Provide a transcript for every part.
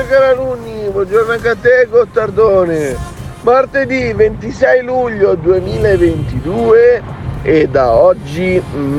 caro alunni, buongiorno anche a te Gottardone. Martedì 26 luglio 2022 e da oggi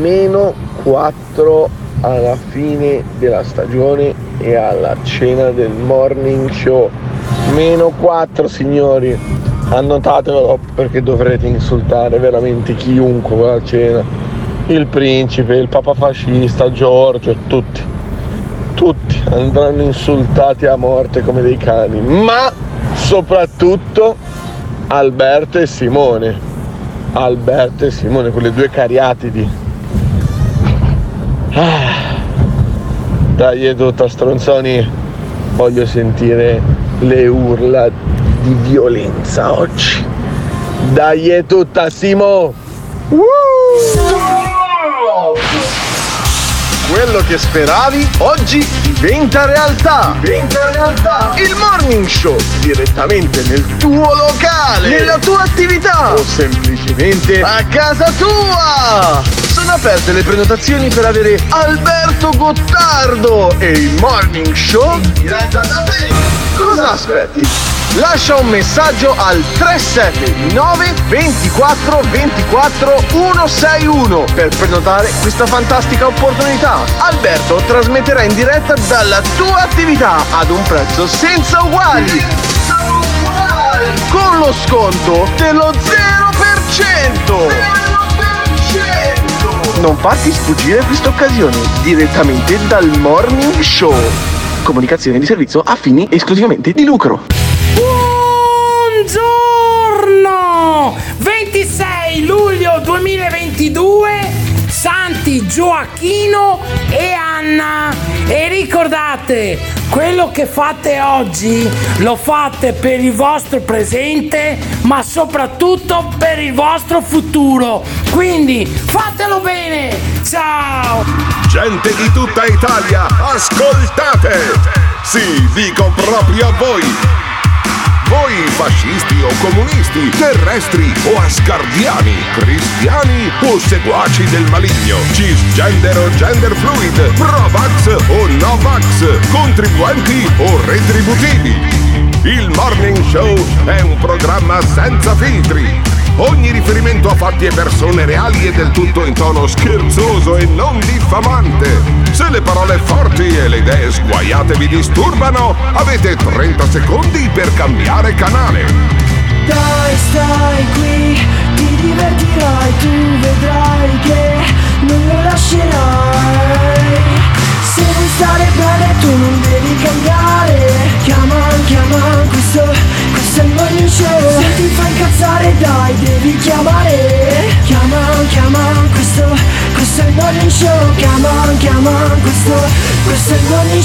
-4 alla fine della stagione e alla cena del morning show. -4 signori, annotatelo perché dovrete insultare veramente chiunque con la cena. Il principe, il papa fascista, Giorgio, tutti andranno insultati a morte come dei cani, ma soprattutto Alberto e Simone, quelle due cariatidi. Dai tutta stronzoni, voglio sentire le urla di violenza oggi. Dai tutta Simo. Quello che speravi oggi diventa realtà. Il morning show direttamente nel tuo locale, nella tua attività o semplicemente a casa tua. Sono aperte le prenotazioni per avere Alberto Gottardo e il morning show in diretta da te. Cosa aspetti? Lascia un messaggio al 379 24 24 161 per prenotare questa fantastica opportunità. Alberto trasmetterà in diretta dalla tua attività ad un prezzo senza uguali. Con lo sconto dello 0%. Non farti sfuggire questa occasione direttamente dal morning show. Comunicazione di servizio a fini esclusivamente di lucro. Buongiorno! 26 luglio 2022, Santi Gioacchino e Anna. E ricordate, quello che fate oggi lo fate per il vostro presente, ma soprattutto per il vostro futuro. Quindi fatelo bene! Ciao! Gente di tutta Italia, ascoltate! Sì, dico proprio a voi! Voi fascisti o comunisti, terrestri o asgardiani, cristiani o seguaci del maligno, cisgender o gender fluid, pro-vax o no-vax, contribuenti o retributivi. Il Morning Show è un programma senza filtri. Ogni riferimento a fatti e persone reali è del tutto in tono scherzoso e non diffamante. Se le parole forti e le idee sguaiate vi disturbano, avete 30 secondi per cambiare canale. Dai, stai qui, ti divertirai, tu vedrai che non lo lascerai. Se vuoi stare bene tu non devi cambiare. Chiama, questo è il morning show. Se ti fa incazzare dai, devi chiamare. Chiama, questo è il morning show. Chiama, questo è il morning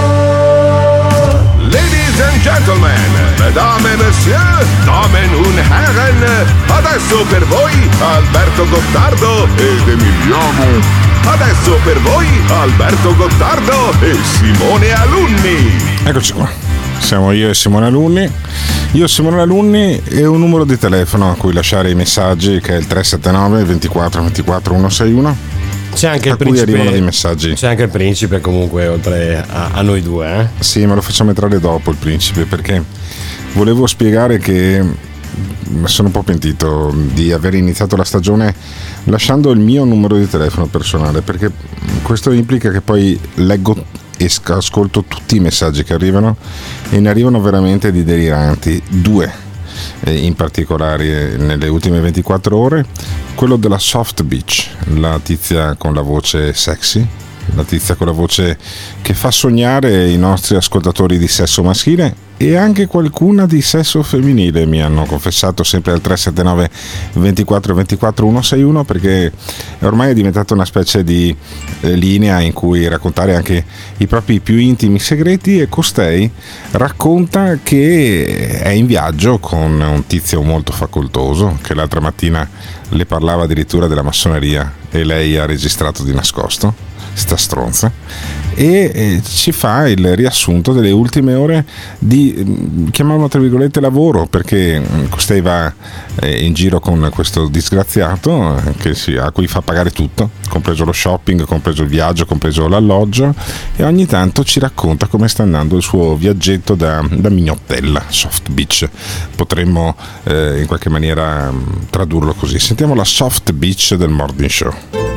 show. Ladies and gentlemen, mesdames et messieurs, damen und herren, adesso per voi Alberto Gottardo ed Emiliano. Adesso per voi Alberto Gottardo e Simone Alunni. Eccoci qua, siamo io e Simone Alunni. Io e Simone Alunni e un numero di telefono a cui lasciare i messaggi che è il 379 24 24 161. C'è anche il principe, arrivano dei messaggi. C'è anche il principe comunque oltre a noi due, eh? Sì, ma lo facciamo entrare dopo il principe perché volevo spiegare che sono un po' pentito di aver iniziato la stagione lasciando il mio numero di telefono personale, perché questo implica che poi leggo e ascolto tutti i messaggi che arrivano e ne arrivano veramente di deliranti. Due in particolare nelle ultime 24 ore, quello della Soft Beach, la tizia con la voce sexy, la tizia con la voce che fa sognare i nostri ascoltatori di sesso maschile e anche qualcuna di sesso femminile, mi hanno confessato, sempre al 379 24 24 161, perché ormai è diventata una specie di linea in cui raccontare anche i propri più intimi segreti, e costei racconta che è in viaggio con un tizio molto facoltoso che l'altra mattina le parlava addirittura della massoneria e lei ha registrato di nascosto, sta stronza, e ci fa il riassunto delle ultime ore di, chiamiamolo tra virgolette, lavoro, perché costei va in giro con questo disgraziato a cui fa pagare tutto, compreso lo shopping, compreso il viaggio, compreso l'alloggio, e ogni tanto ci racconta come sta andando il suo viaggetto da mignottella, soft beach, potremmo in qualche maniera tradurlo così. Sentiamo la soft beach del Morning Show.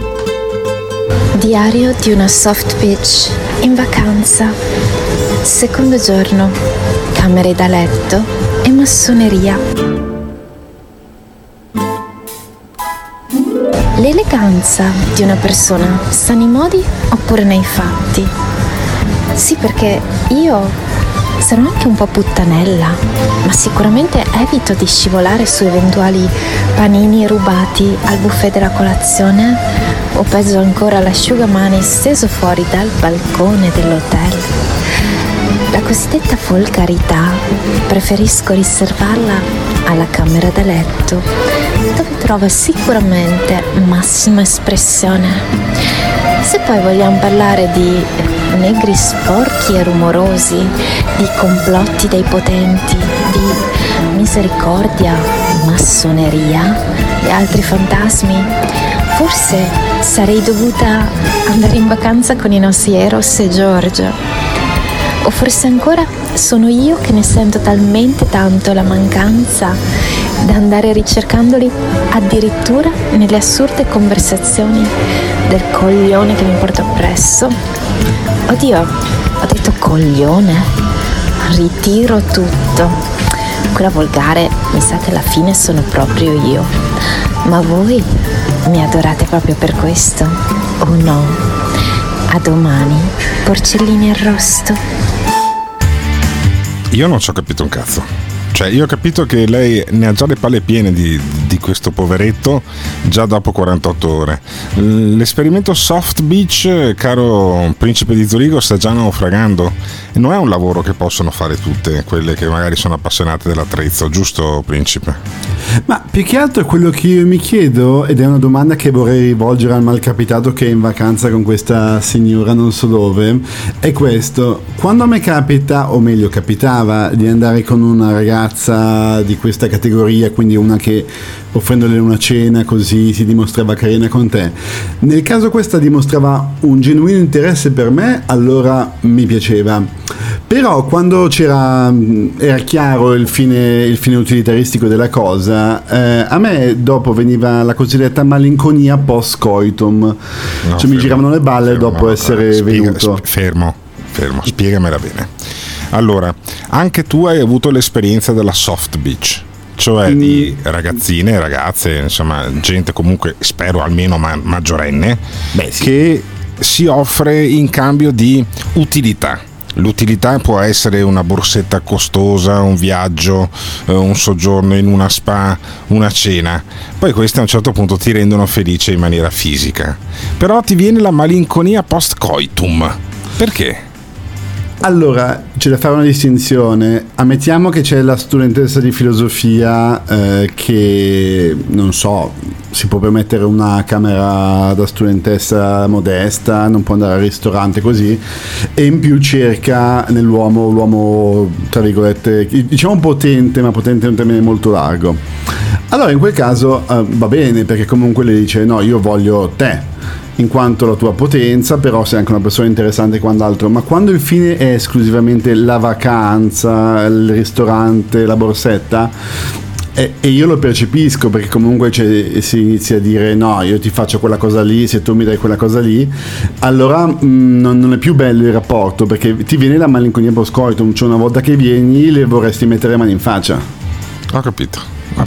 Diario di una soft beach in vacanza. Secondo giorno, camere da letto e massoneria. L'eleganza di una persona sta nei modi oppure nei fatti? Sì, perché io sarò anche un po' puttanella, ma sicuramente evito di scivolare su eventuali panini rubati al buffet della colazione o peggio ancora l'asciugamani steso fuori dal balcone dell'hotel. La cosiddetta volgarità preferisco riservarla alla camera da letto, dove trova sicuramente massima espressione. Se poi vogliamo parlare di negri sporchi e rumorosi, di complotti dei potenti, di misericordia, massoneria e altri fantasmi, forse sarei dovuta andare in vacanza con i nostri Eros e Giorgio. O forse ancora sono io che ne sento talmente tanto la mancanza da andare ricercandoli addirittura nelle assurde conversazioni del coglione che mi porto appresso. Oddio, ho detto coglione? Ritiro tutto. Quella volgare mi sa che alla fine sono proprio io. Ma voi mi adorate proprio per questo? O no? A domani, porcellini arrosto. Io non ci ho capito un cazzo. Cioè, io ho capito che lei ne ha già le palle piene di questo poveretto già dopo 48 ore. L'esperimento soft beach, caro principe di Zurigo, sta già naufragando. E non è un lavoro che possono fare tutte quelle che magari sono appassionate dell'attrezzo, giusto principe? Ma più che altro quello che io mi chiedo, ed è una domanda che vorrei rivolgere al malcapitato che è in vacanza con questa signora non so dove, è questo: quando a me capita, o meglio capitava, di andare con una ragazza di questa categoria, quindi una che offrendole una cena così si dimostrava carina con te, nel caso questa dimostrava un genuino interesse per me, allora mi piaceva. Però quando era chiaro il fine utilitaristico della cosa, a me dopo veniva la cosiddetta malinconia post coitum, no, cioè fermo, mi giravano le balle dopo essere venuto. Fermo, spiegamela bene. Allora, anche tu hai avuto l'esperienza della soft beach, cioè di ragazzine, ragazze, insomma gente comunque, spero almeno maggiorenne, sì, che si offre in cambio di utilità. L'utilità può essere una borsetta costosa, un viaggio, un soggiorno in una spa, una cena. Poi queste a un certo punto ti rendono felice in maniera fisica. Però ti viene la malinconia post coitum. Perché? Allora, c'è da fare una distinzione. Ammettiamo che c'è la studentessa di filosofia che, non so, si può permettere una camera da studentessa modesta, non può andare al ristorante così, e in più cerca l'uomo, tra virgolette, diciamo potente, ma potente è un termine molto largo. Allora in quel caso va bene, perché comunque le dice no, io voglio te in quanto la tua potenza, però sei anche una persona interessante e quant'altro. Ma quando il fine è esclusivamente la vacanza, il ristorante, la borsetta, e io lo percepisco, perché comunque si inizia a dire no, io ti faccio quella cosa lì se tu mi dai quella cosa lì, allora non è più bello il rapporto, perché ti viene la malinconia post coitum, cioè una volta che vieni le vorresti mettere le mani in faccia. Ho capito,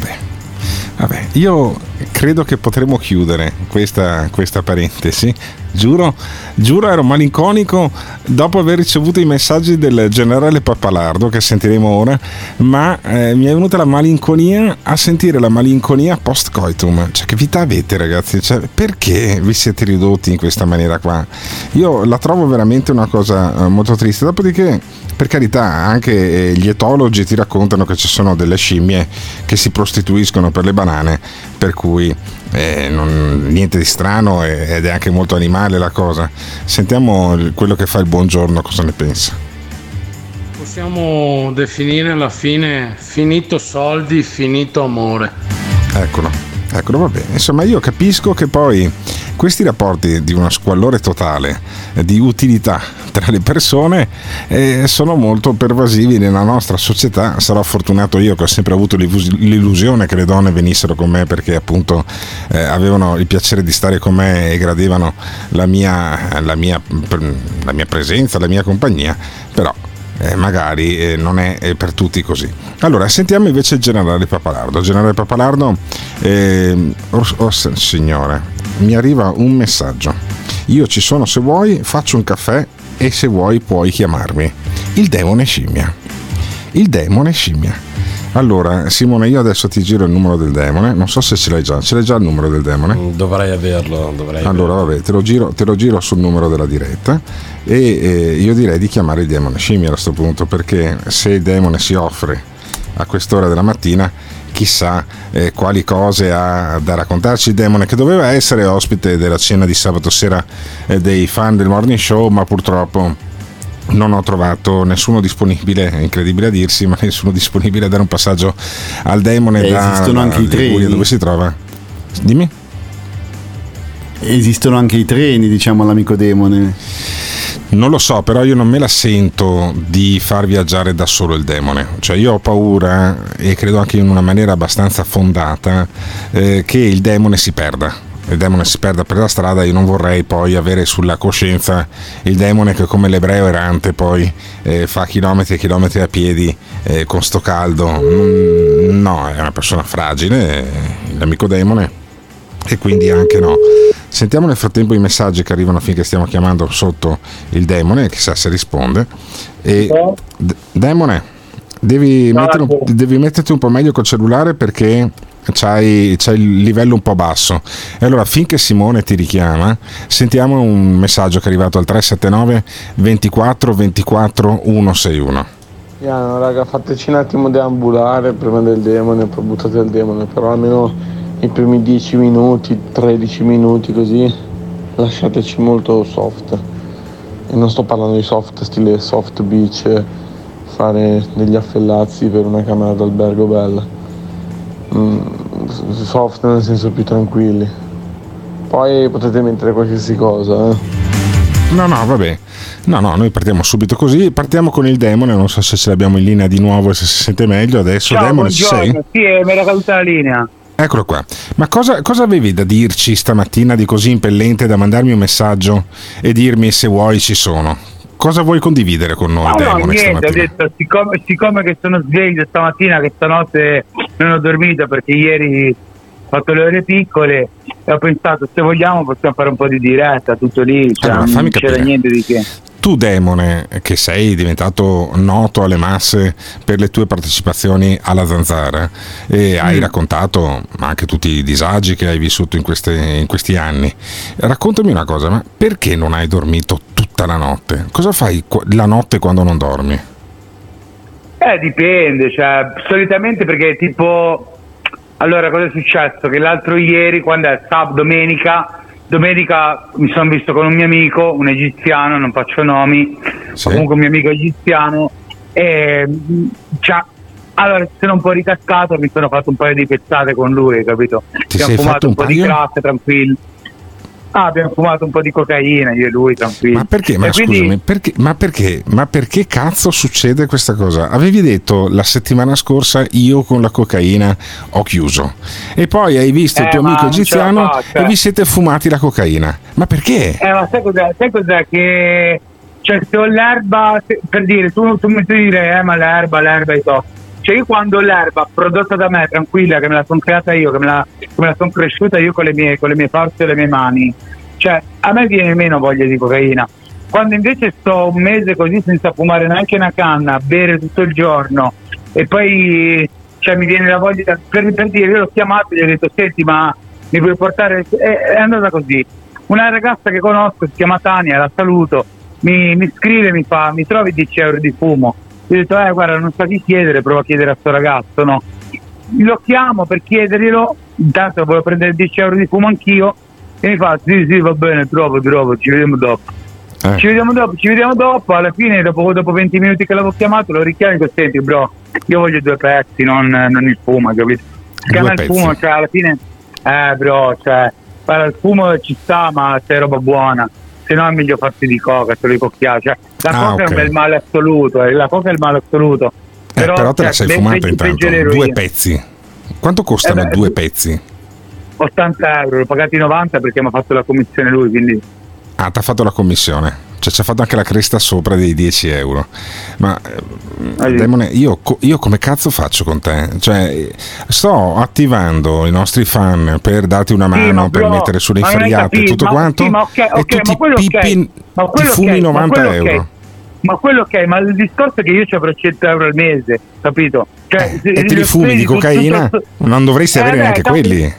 vabbè, io credo che potremo chiudere questa parentesi. Giuro ero malinconico dopo aver ricevuto i messaggi del generale Pappalardo, che sentiremo ora, ma mi è venuta la malinconia a sentire la malinconia post coitum. Cioè, che vita avete, ragazzi? Cioè, perché vi siete ridotti in questa maniera qua? Io la trovo veramente una cosa molto triste. Dopodiché, per carità, anche gli etologi ti raccontano che ci sono delle scimmie che si prostituiscono per le banane, per cui niente di strano ed è anche molto animale la cosa. Sentiamo quello che fa il Buongiorno, cosa ne pensa. Possiamo definire alla fine finito soldi, finito amore. Eccolo, va bene. Insomma, io capisco che poi questi rapporti di uno squallore totale di utilità tra le persone sono molto pervasivi nella nostra società. Sarò fortunato io che ho sempre avuto l'illusione che le donne venissero con me perché appunto avevano il piacere di stare con me e gradevano la mia presenza, la mia compagnia, però magari non è per tutti così. Allora sentiamo invece il generale Papalardo. Generale Papalardo, signore, mi arriva un messaggio: io ci sono se vuoi, faccio un caffè e se vuoi puoi chiamarmi il demone scimmia. Allora Simone, io adesso ti giro il numero del demone, non so se ce l'hai già il numero del demone? Dovrei averlo. Allora vabbè, te lo giro sul numero della diretta e io direi di chiamare il demone scimmia a questo punto, perché se il demone si offre a quest'ora della mattina, chissà quali cose ha da raccontarci il demone, che doveva essere ospite della cena di sabato sera dei fan del Morning Show, ma purtroppo non ho trovato nessuno disponibile, è incredibile a dirsi, ma nessuno disponibile a dare un passaggio al demone esistono anche i treni. Dove si trova? Dimmi. Esistono anche i treni, diciamo, all'amico demone. Non lo so, però io non me la sento di far viaggiare da solo il demone. Cioè io ho paura, e credo anche in una maniera abbastanza fondata, che il demone si perda per la strada. Io non vorrei poi avere sulla coscienza il demone che, come l'ebreo errante, poi fa chilometri e chilometri a piedi con sto caldo. No, è una persona fragile, l'amico demone, e quindi anche no. Sentiamo nel frattempo i messaggi che arrivano finché stiamo chiamando sotto il demone, chissà se risponde. E demone, devi metterti un po' meglio col cellulare perché c'hai il livello un po' basso. E allora, finché Simone ti richiama, sentiamo un messaggio che è arrivato al 379 24 24 161. Piano, raga, fateci un attimo deambulare prima del demone, poi buttate il demone, però almeno i primi 10 minuti, 13 minuti così, lasciateci molto soft. E non sto parlando di soft stile soft beach, fare degli affellazzi per una camera d'albergo bella. Soft nel senso più tranquilli. Poi potete mettere qualsiasi cosa. No, vabbè. No, noi partiamo subito così. Partiamo con il demone. Non so se ce l'abbiamo in linea di nuovo e se si sente meglio adesso. Ciao, demone, ci sei? Sì, mi era caduta la linea. Eccolo qua. Ma cosa avevi da dirci stamattina di così impellente da mandarmi un messaggio e dirmi se vuoi ci sono? Cosa vuoi condividere con noi, demone, niente, stamattina? ho detto, siccome che sono sveglio stamattina, che stanotte non ho dormito perché ieri ho fatto le ore piccole, e ho pensato, se vogliamo possiamo fare un po' di diretta, tutto lì, cioè, allora, non c'era capire. Niente di che. Tu, demone, che sei diventato noto alle masse per le tue partecipazioni alla Zanzara e hai raccontato anche tutti i disagi che hai vissuto in questi anni, raccontami una cosa, ma perché non hai dormito tutta la notte? Cosa fai la notte quando non dormi? Dipende, cioè, solitamente perché tipo, allora cosa è successo? Che l'altro ieri, quando è domenica mi sono visto con un mio amico, un egiziano, non faccio nomi, sì. Comunque un mio amico egiziano, e allora sono un po' ricascato, mi sono fatto un paio di pezzate con lui, capito? Abbiamo fumato un po' di crack, tranquillo. Abbiamo fumato un po' di cocaina, io e lui, tranquillo. Ma perché? Ma scusami, perché cazzo succede questa cosa? Avevi detto la settimana scorsa io con la cocaina ho chiuso. E poi hai visto il tuo amico egiziano e vi siete fumati la cocaina. Ma perché? Ma sai cos'è? Che cioè, se ho l'erba, per dire, tu mi devi dire, ma l'erba e to. Cioè io quando l'erba prodotta da me, tranquilla, che me la sono creata io, che me la sono cresciuta io con le mie forze e le mie mani, cioè a me viene meno voglia di cocaina. Quando invece sto un mese così senza fumare neanche una canna, bere tutto il giorno, e poi cioè, mi viene la voglia, per dire, io l'ho chiamato e gli ho detto, senti, ma mi puoi portare, è andata così. Una ragazza che conosco si chiama Tania, la saluto, mi scrive, mi trovi 10 euro di fumo. Io ho detto guarda, non so chi chiedere, provo a chiedere a sto ragazzo, no? Lo chiamo per chiederglielo, intanto volevo prendere 10 euro di fumo anch'io, e mi fa sì va bene, trovo, ci vediamo dopo. Ci vediamo dopo, alla fine dopo 20 minuti che l'avevo chiamato lo richiamo e dico senti bro, io voglio 2 pezzi, non il fumo, capito? Chiama il fumo, cioè alla fine bro, cioè il fumo ci sta, ma c'è roba buona, se no è meglio farsi di coca, te lo dico chiaro, cioè la coca è un bel male assoluto, la coca è il male assoluto. Però te la sei fumato intanto, 2 pezzi. Quanto costano 2 pezzi? 80 euro, l'ho pagati 90 perché mi ha fatto la commissione lui, quindi... Ah, ti ha fatto la commissione, cioè ci ha fatto anche la cresta sopra dei 10 euro. Ma Demone, io come cazzo faccio con te? Cioè, sto attivando i nostri fan per darti una mano, per mettere sulle inferriate e tutto quanto, e tu ti fumi 90 euro. Ma quello ma il discorso è che io ci avrò 100 euro al mese, capito? Cioè, e te li fumi di cocaina? Non dovresti avere neanche quelli.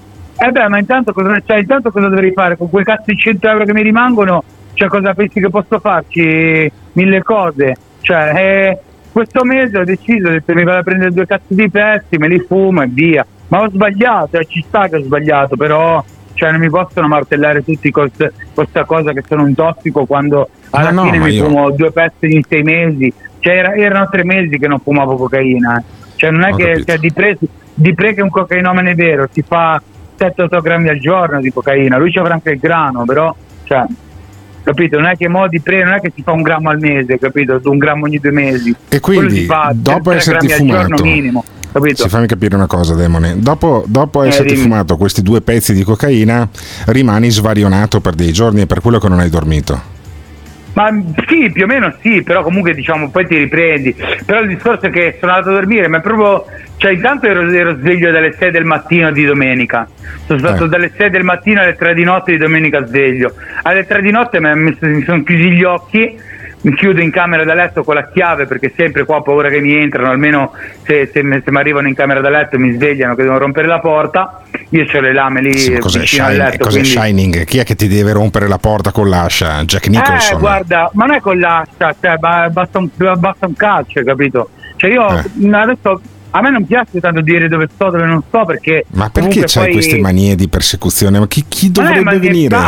Ma intanto cosa dovrei fare con quei cazzo di 100 euro che mi rimangono? Cioè, cosa pensi che posso farci? 1000 cose. Cioè, questo mese ho deciso che mi vado a prendere 2 cazzo di pezzi, me li fumo e via. Ma ho sbagliato, ci sta che ho sbagliato, però cioè non mi possono martellare tutti questa cosa che sono un tossico quando alla fine mi fumo 2 pezzi in 6 mesi. Cioè erano 3 mesi che non fumavo cocaina. Cioè non è che di pre che un cocainomane vero si fa 7-8 grammi al giorno di cocaina, lui ci avrà anche il grano, però cioè, capito, non è che mo di pre non è che si fa 1 grammo al mese, capito, 1 grammo ogni 2 mesi, e quindi dopo esserti fumato minimo, capito? Fammi capire una cosa, Demone, dopo esserti fumato questi 2 pezzi di cocaina rimani svarionato per dei giorni e per quello che non hai dormito. Ma sì, più o meno sì, però comunque diciamo poi ti riprendi. Però il discorso è che sono andato a dormire, ma proprio, cioè intanto ero sveglio dalle 6 del mattino di domenica. Sono stato dalle 6 del mattino alle 3 di notte di domenica sveglio. Alle 3 di notte mi sono chiusi gli occhi, mi chiudo in camera da letto con la chiave perché sempre qua ho paura che mi entrano, almeno se mi arrivano in camera da letto mi svegliano che devono rompere la porta. Io ho le lame lì vicino al letto. Cos'è Shining? Chi è che ti deve rompere la porta con l'ascia? Jack Nicholson? Guarda, ma non è con l'ascia, cioè, basta un calcio, capito? Cioè io adesso a me non piace tanto dire dove sto, dove non sto, perché ma perché c'hai queste manie di persecuzione? Ma chi dovrebbe venire?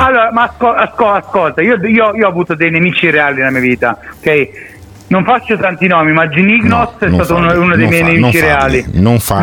Ascolta, io ho avuto dei nemici reali nella mia vita, ok? Non faccio tanti nomi, ma Ginignos è stato uno dei miei nemici reali. Non fare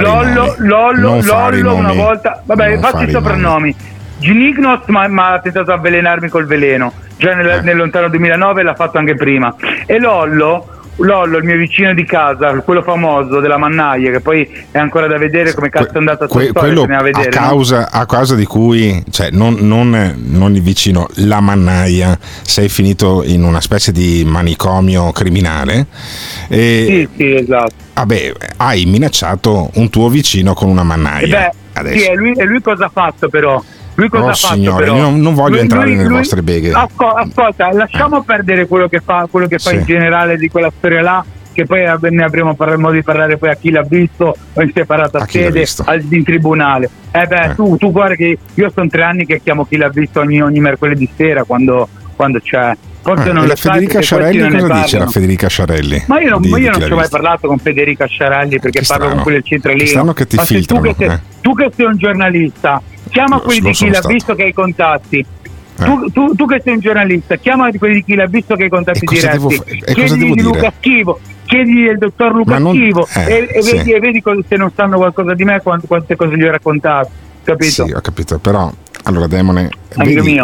Lollo una volta, vabbè, faccio i soprannomi. Ginignos mi ha tentato di avvelenarmi col veleno, già nel lontano 2009, l'ha fatto anche prima. E Lollo, il mio vicino di casa, quello famoso della mannaia, che poi è ancora da vedere come cazzo è andata a sua storia, a vedere, a causa di cui, cioè non il vicino, la mannaia, sei finito in una specie di manicomio criminale e, sì, esatto. Vabbè, hai minacciato un tuo vicino con una mannaia. Sì, e lui cosa ha fatto però? Lui cosa ha fatto, signore, però? Non voglio entrare nelle vostre beghe. Ascolta, lasciamo perdere quello che fa in generale di quella storia là, che poi ne avremo modo di parlare poi a chi l'ha visto o in separata sede in tribunale. Tu guarda che io sono 3 anni che chiamo chi l'ha visto ogni mercoledì sera quando c'è. Forse non la Federica Sciarelli cosa dice la Federica Sciarelli? Ma io non ci ho mai parlato con Federica Sciarelli perché parlo con quelli del centralino. Che ti filtrano, tu che sei un giornalista, chiama quelli di chi l'ha visto che hai contatti. Tu che sei un giornalista, chiama quelli di chi l'ha visto che hai contatti diretti. Chiedi di Luca Schivo, chiedi del dottor Luca Schivo e vedi se non sanno qualcosa di me, quante cose gli ho raccontato, capito? Sì, ho capito, però allora Demone, vedi,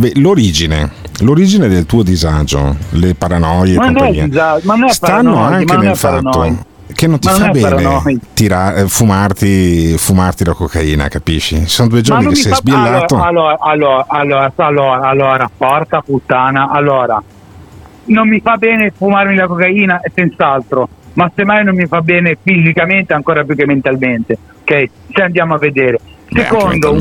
l'origine del tuo disagio, le paranoie e compagnia stanno anche nel fatto che non ti fa bene fumarti la cocaina, capisci? Sono 2 giorni che sei sbiellato. Allora, porca puttana, allora non mi fa bene fumarmi la cocaina, senz'altro, ma semmai non mi fa bene fisicamente ancora più che mentalmente, ok? Se andiamo a vedere. Secondo,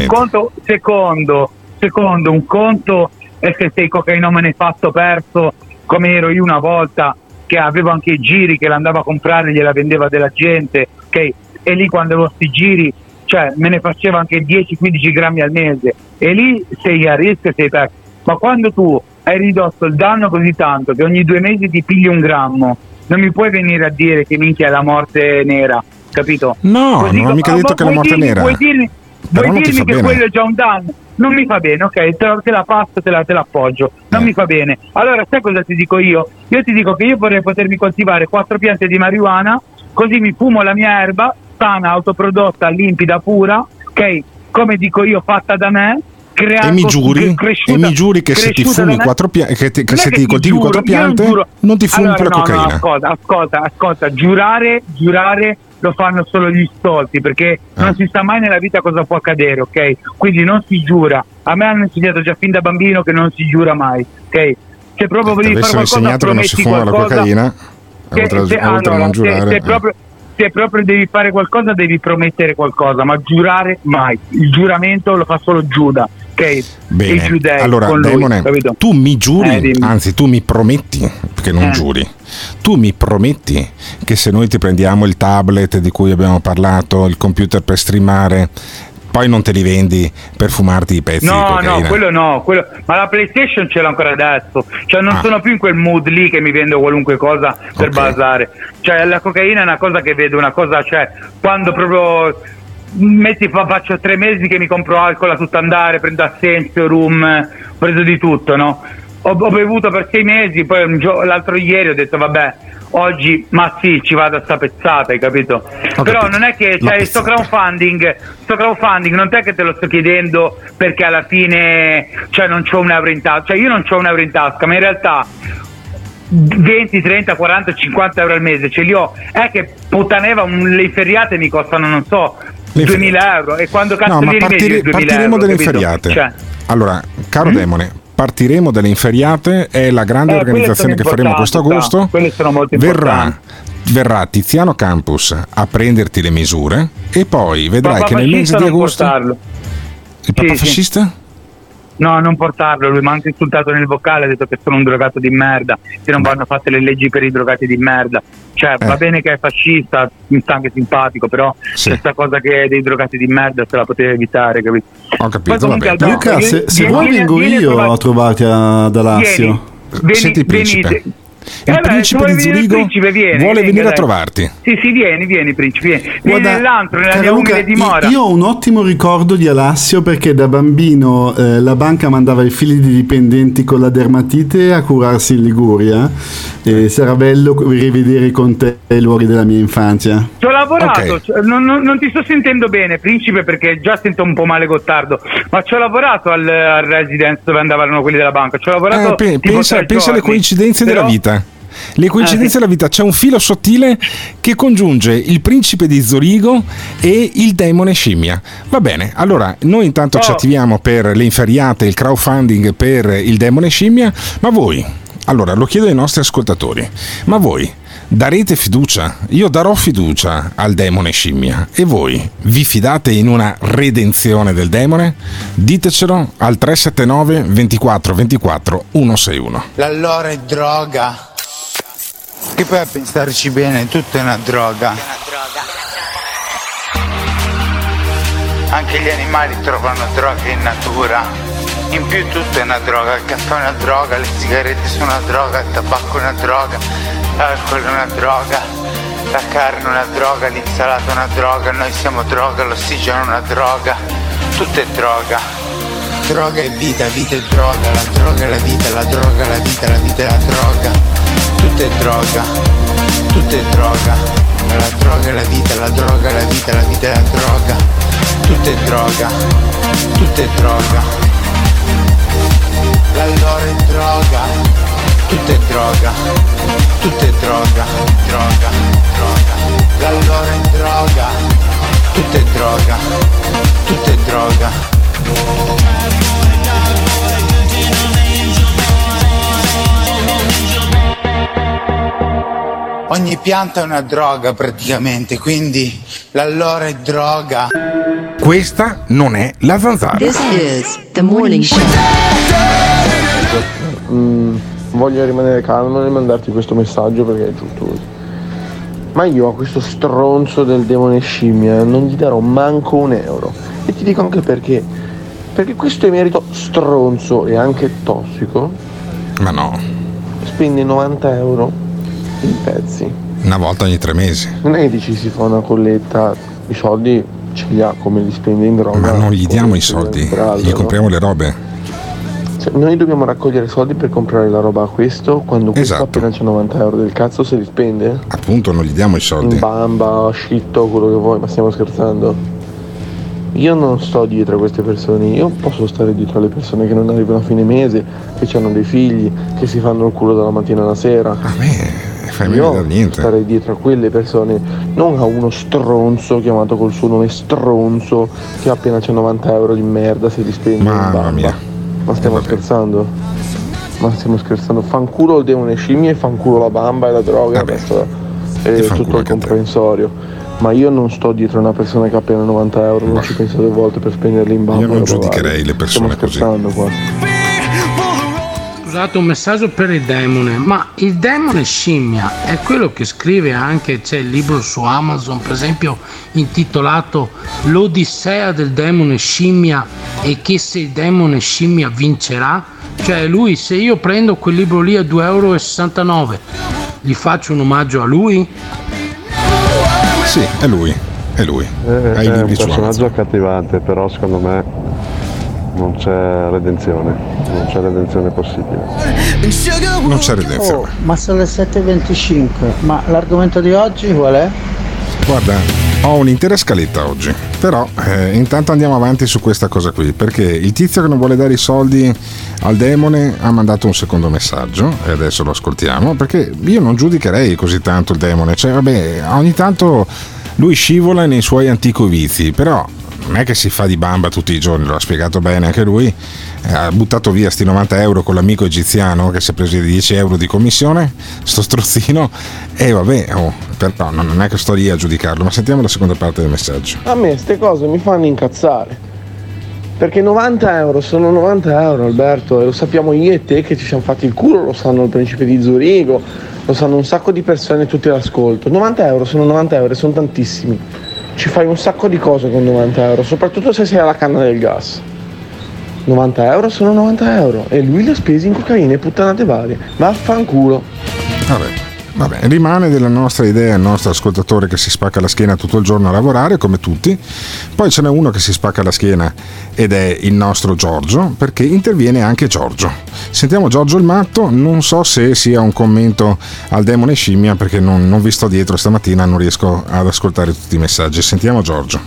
un conto è se sei cocainomane fatto perso, come ero io una volta, che avevo anche i giri, che l'andavo a comprare, gliela vendeva della gente, ok? E lì quando avevo sti giri, cioè me ne faceva anche 10-15 grammi al mese, e lì sei a rischio, sei perso. Ma quando tu hai ridotto il danno così tanto che ogni 2 mesi ti pigli 1 grammo, non mi puoi venire a dire che minchia è la morte nera, capito? No, non ho mica detto che la morte è nera. Vuoi dirmi che quello è già un danno? Non mi fa bene, ok, te la passo, te la appoggio, non mi fa bene. Allora sai cosa ti dico io? Io ti dico che io vorrei potermi coltivare 4 piante di marijuana, così mi fumo la mia erba sana, autoprodotta, limpida, pura, ok, come dico io, fatta da me. E mi giuri che se ti fumi 4 piante, che se ti coltivi 4 piante non ti fumi più la cocaina. Ascolta, giurare lo fanno solo gli stolti, perché non si sa mai nella vita cosa può accadere, ok? Quindi non si giura. A me hanno insegnato già fin da bambino che non si giura mai, ok? Se proprio volevi fare qualcosa, prometti qualcosa. Se proprio devi fare qualcosa, devi promettere qualcosa, ma giurare mai. Il giuramento lo fa solo Giuda, ok? Bene. I giudei, allora, con lui, Demone, capito? tu mi giuri, anzi tu mi prometti, perché non giuri, tu mi prometti che se noi ti prendiamo il tablet di cui abbiamo parlato, il computer per streamare, poi non te li vendi per fumarti i pezzi di cocaina? No, quello, ma la PlayStation ce l'ho ancora adesso, cioè non sono più in quel mood lì che mi vendo qualunque cosa per basare, cioè la cocaina è una cosa che vedo, una cosa, cioè quando proprio faccio 3 mesi che mi compro alcol a tutto andare, prendo Assenzio, rum, ho preso di tutto, no? Ho bevuto per 6 mesi, poi l'altro ieri ho detto vabbè, oggi ma sì, ci vado a sta pezzata, hai capito? Però non è che sto crowdfunding non è che te lo sto chiedendo perché alla fine non c'ho un euro in tasca, cioè io non c'ho un euro in tasca, ma in realtà 20, 30, 40, 50 euro al mese ce li ho. È che puttaneva, le inferiate mi costano, non so, 2000 euro, e quando cazzo li rimedi 2000 partiremo euro, dalle inferiate. Allora, caro Demone, partiremo dalle inferiate, è la grande organizzazione che faremo questo agosto. Quelle sono molto verrà Tiziano Campus a prenderti le misure e poi vedrai che nel mese di agosto il Papa fascista? No, non portarlo, lui mi ha anche insultato nel vocale, ha detto che sono un drogato di merda, che non vanno fatte le leggi per i drogati di merda. Cioè, va bene che è fascista, mi sta anche simpatico, però questa cosa che è dei drogati di merda se la poteva evitare, capito? Ho capito, vabbè. Luca, se vuoi vengo io a trovarti ad Alassio. Senti, principe. Il principe di Zurigo vuole venire a trovarti. Sì, vieni principe, vieni nell'antro, nella mia umile dimora. Io ho un ottimo ricordo di Alassio perché da bambino la banca mandava i figli di dipendenti con la dermatite a curarsi in Liguria e sarà bello rivedere con te i luoghi della mia infanzia. Ci ho lavorato, non ti sto sentendo bene, principe, perché già sento un po' male Gottardo, ma ci ho lavorato al residence dove andavano quelli della banca, ci ho lavorato pensa alle coincidenze della vita. Le coincidenze della vita, c'è un filo sottile che congiunge il principe di Zurigo e il demone scimmia. Va bene, allora noi intanto ci attiviamo per le inferiate, il crowdfunding per il demone scimmia, ma voi, allora lo chiedo ai nostri ascoltatori, ma voi darete fiducia? Io darò fiducia al demone scimmia, e voi vi fidate in una redenzione del demone? Ditecelo al 379 24 24 161. L'allora è droga, che poi a pensarci bene tutto è una droga. Anche gli animali trovano droga in natura, in più tutto è una droga, il caffè è una droga, le sigarette sono una droga, il tabacco è una droga, l'alcol è una droga, la carne è una droga, l'insalata è una droga, noi siamo droga, l'ossigeno è una droga, tutto è droga. Droga è vita, vita è droga, la droga è la vita, la droga è la vita, la vita è la droga, tutto è droga, tutto è droga, la droga è la vita, la droga è la vita, la vita è la droga, tutto è droga, tutto è droga, l'allora è droga, tutto è droga, tutto è droga, droga, droga, l'allora è droga, tutto è droga, tutto è droga. Ogni pianta è una droga praticamente, quindi l'allora è droga. Questa non è la zanzara. This is the morning show. Voglio rimanere calmo e mandarti questo messaggio perché è giusto così. Ma io a questo stronzo del demone scimmia non gli darò manco un euro. E ti dico anche perché. Perché questo emerito stronzo e anche tossico Ma no. Spendi 90 euro in pezzi. Una volta ogni 3 mesi. Non è che dici si fa una colletta, i soldi ce li ha, come li spende in droga. Ma non gli diamo i soldi, gli compriamo le robe. Cioè, noi dobbiamo raccogliere soldi per comprare la roba a questo, quando questo appena c'è 90 euro del cazzo se li spende? Appunto, non gli diamo i soldi. In bamba, scitto, quello che vuoi, ma stiamo scherzando? Io non sto dietro a queste persone, io posso stare dietro alle persone che non arrivano a fine mese, che hanno dei figli, che si fanno il culo dalla mattina alla sera. A me io starei dietro a quelle persone, non a uno stronzo chiamato col suo nome stronzo che appena c'è 90 euro di merda se li spende in bamba. Mia. Ma stiamo scherzando? Ma stiamo scherzando? Fanculo il demone scimmie, fanculo la bamba e la droga, adesso è tutto il comprensorio. Ma io non sto dietro a una persona che ha appena 90 euro, non ci penso 2 volte per spenderli in bamba. Io non giudicherei le persone così. Stiamo scherzando qua. Scusate, un messaggio per il demone, ma il demone scimmia è quello che scrive anche, c'è il libro su Amazon per esempio intitolato L'Odissea del demone scimmia e che se il demone scimmia vincerà? Cioè lui, se io prendo quel libro lì a 2,69 euro, gli faccio un omaggio a lui? Sì, è lui. È un personaggio accattivante, però secondo me non c'è redenzione possibile. Non c'è redenzione. Ma sono le 7:25, ma l'argomento di oggi qual è? Guarda, ho un'intera scaletta oggi, però intanto andiamo avanti su questa cosa qui, perché il tizio che non vuole dare i soldi al demone ha mandato un secondo messaggio e adesso lo ascoltiamo, perché io non giudicherei così tanto il demone, cioè vabbè, ogni tanto lui scivola nei suoi antichi vizi, però non è che si fa di bamba tutti i giorni, lo ha spiegato bene anche lui, ha buttato via sti 90 euro con l'amico egiziano che si è preso i 10 euro di commissione, sto strozzino, e vabbè, però non è che sto lì a giudicarlo, ma sentiamo la seconda parte del messaggio. A me ste cose mi fanno incazzare, perché 90 euro sono 90 euro, Alberto, e lo sappiamo io e te che ci siamo fatti il culo, lo sanno il principe di Zurigo, lo sanno un sacco di persone, tutti all'ascolto. 90 euro sono 90 euro e sono tantissimi. Ci fai un sacco di cose con 90 euro, soprattutto se sei alla canna del gas. 90 euro sono 90 euro e lui li ha spesi in cocaina e puttanate varie. Vaffanculo. Vabbè, rimane della nostra idea il nostro ascoltatore che si spacca la schiena tutto il giorno a lavorare, come tutti. Poi ce n'è uno che si spacca la schiena ed è il nostro Giorgio, perché interviene anche Giorgio. Sentiamo Giorgio il matto, non so se sia un commento al demone scimmia, perché non vi sto dietro stamattina, non riesco ad ascoltare tutti i messaggi. Sentiamo Giorgio.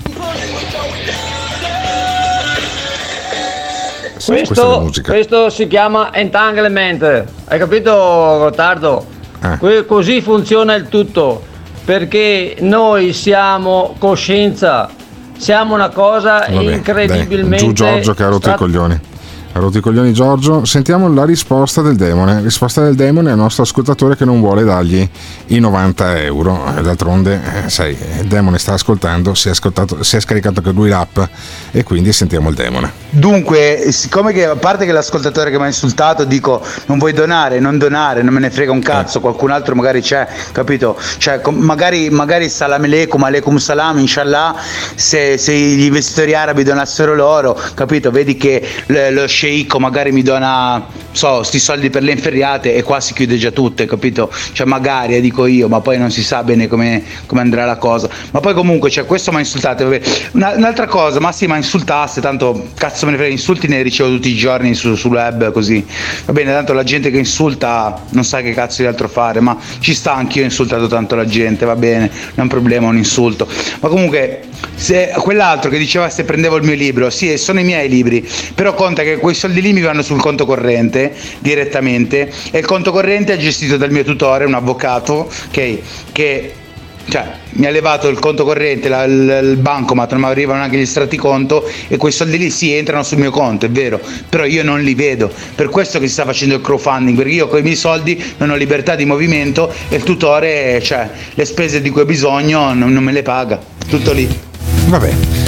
Questo si chiama entanglement, hai capito, Gottardo? Così funziona il tutto, perché noi siamo coscienza, siamo una cosa incredibilmente. Giù Giorgio che ha rotto i coglioni. Ha rotto i coglioni Giorgio. Sentiamo la risposta del demone. La risposta del demone è il nostro ascoltatore che non vuole dargli i 90 euro. D'altronde, sai, il demone sta ascoltando, si è scaricato anche lui l'app e quindi sentiamo il demone. Dunque, siccome che a parte che l'ascoltatore che mi ha insultato, dico non vuoi donare, non me ne frega un cazzo, qualcun altro magari c'è, capito? Cioè, magari salam aleikum salam, inshallah, se gli investitori arabi donassero loro, capito? Vedi che lo sceicco magari mi dona, sti soldi per le inferriate e qua si chiude già tutte, capito? Cioè magari, dico io, ma poi non si sa bene come andrà la cosa. Ma poi comunque, cioè, questo mi ha insultato, vabbè. Un'altra cosa, ma sì, ma insultasse, tanto cazzo me ne frega, insulti ne ricevo tutti i giorni sul web, così. Va bene, tanto la gente che insulta non sa che cazzo di altro fare, ma ci sta, anch'io ho insultato tanto la gente, va bene, non è un problema, un insulto. Ma comunque, se quell'altro che diceva se prendevo il mio libro, sì, sono i miei libri, però conta che quei soldi lì mi vanno sul conto corrente direttamente, e il conto corrente è gestito dal mio tutore, un avvocato che cioè mi ha levato il conto corrente, il bancomat, non mi arrivano neanche gli estratti conto, e quei soldi lì sì entrano sul mio conto, è vero, però io non li vedo. Per questo che si sta facendo il crowdfunding, perché io con i miei soldi non ho libertà di movimento e il tutore, cioè, le spese di cui ho bisogno non me le paga, tutto lì. Vabbè,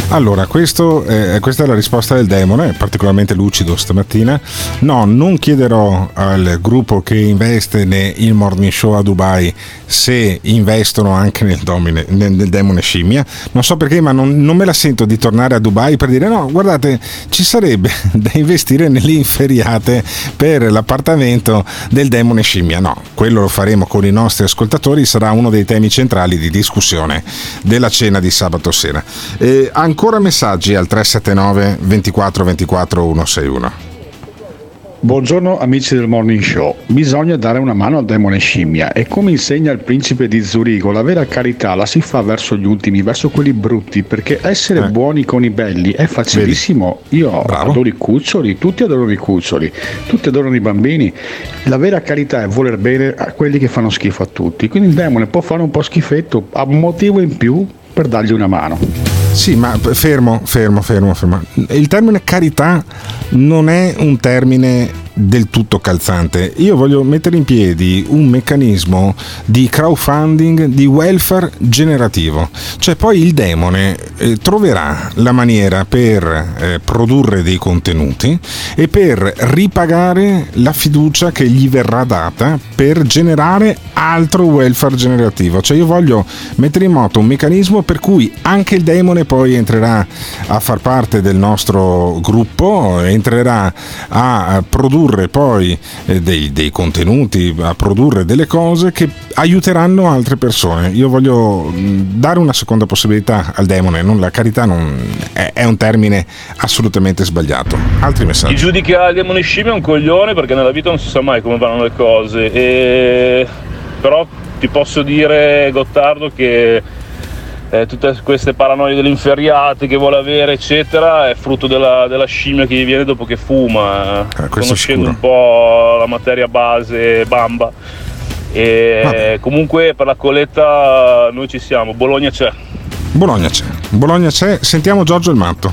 Allora, questa è la risposta del demone, particolarmente lucido stamattina. No, non chiederò al gruppo che investe il Morning Show a Dubai se investono anche nel demone scimmia. Non so perché, ma non me la sento di tornare a Dubai per dire no, guardate, ci sarebbe da investire nelle inferiate per l'appartamento del demone scimmia. No, quello lo faremo con i nostri ascoltatori, sarà uno dei temi centrali di discussione della cena di sabato sera. Ancora messaggi al 379 24 24 161. Buongiorno amici del Morning Show, bisogna dare una mano al demone scimmia e come insegna il principe di Zurigo la vera carità la si fa verso gli ultimi, verso quelli brutti, perché essere buoni con i belli è facilissimo. Io adoro i cuccioli, tutti adorano i cuccioli, tutti adorano i bambini. La vera carità è voler bene a quelli che fanno schifo a tutti, quindi il demone può fare un po' schifetto, ha un motivo in più per dargli una mano. Sì, ma fermo. Il termine carità non è un termine del tutto calzante. Io voglio mettere in piedi un meccanismo di crowdfunding, di welfare generativo. Cioè poi il demone troverà la maniera per produrre dei contenuti e per ripagare la fiducia che gli verrà data per generare altro welfare generativo. Cioè io voglio mettere in moto un meccanismo per cui anche il demone poi entrerà a far parte del nostro gruppo, entrerà a produrre poi dei contenuti, a produrre delle cose che aiuteranno altre persone. Io voglio dare una seconda possibilità al demone, la carità è un termine assolutamente sbagliato. Altri messaggi. Chi giudica il demone scimmia è un coglione, perché nella vita non si sa mai come vanno le cose, però ti posso dire, Gottardo, che tutte queste paranoie dell'inferiate che vuole avere eccetera è frutto della scimmia che gli viene dopo che fuma, conoscendo un po' la materia base bamba. E comunque per la colletta noi ci siamo. Bologna c'è. Sentiamo Giorgio il Matto.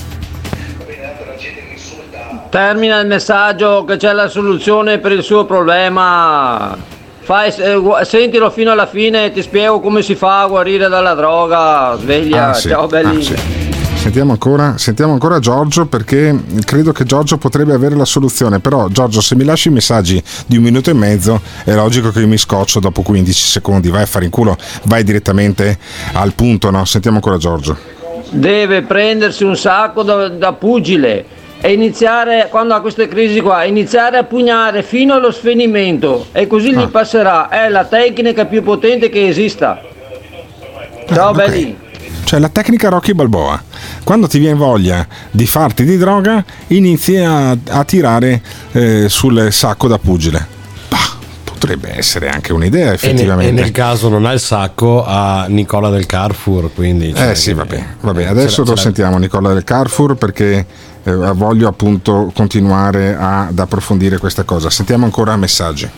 Termina il messaggio che c'è la soluzione per il suo problema. Sentilo fino alla fine e ti spiego come si fa a guarire dalla droga. Sveglia, sì. Ciao belli. Sì. Sentiamo ancora Giorgio, perché credo che Giorgio potrebbe avere la soluzione. Però Giorgio, se mi lasci i messaggi di 1 minuto e mezzo è logico che io mi scoccio dopo 15 secondi. Vai a fare in culo, vai direttamente al punto, no? Sentiamo ancora Giorgio. Deve prendersi un sacco da pugile e iniziare, quando ha queste crisi qua, iniziare a pugnare fino allo svenimento e così gli passerà. È la tecnica più potente che esista. Ciao belli. Cioè la tecnica Rocky Balboa: quando ti viene voglia di farti di droga inizi a tirare sul sacco da pugile. Potrebbe essere anche un'idea, effettivamente. E nel caso non ha il sacco, ha Nicola del Carrefour, quindi sì, vabbè. Adesso lo sentiamo Nicola del Carrefour, perché voglio appunto continuare ad approfondire questa cosa. Sentiamo ancora messaggi.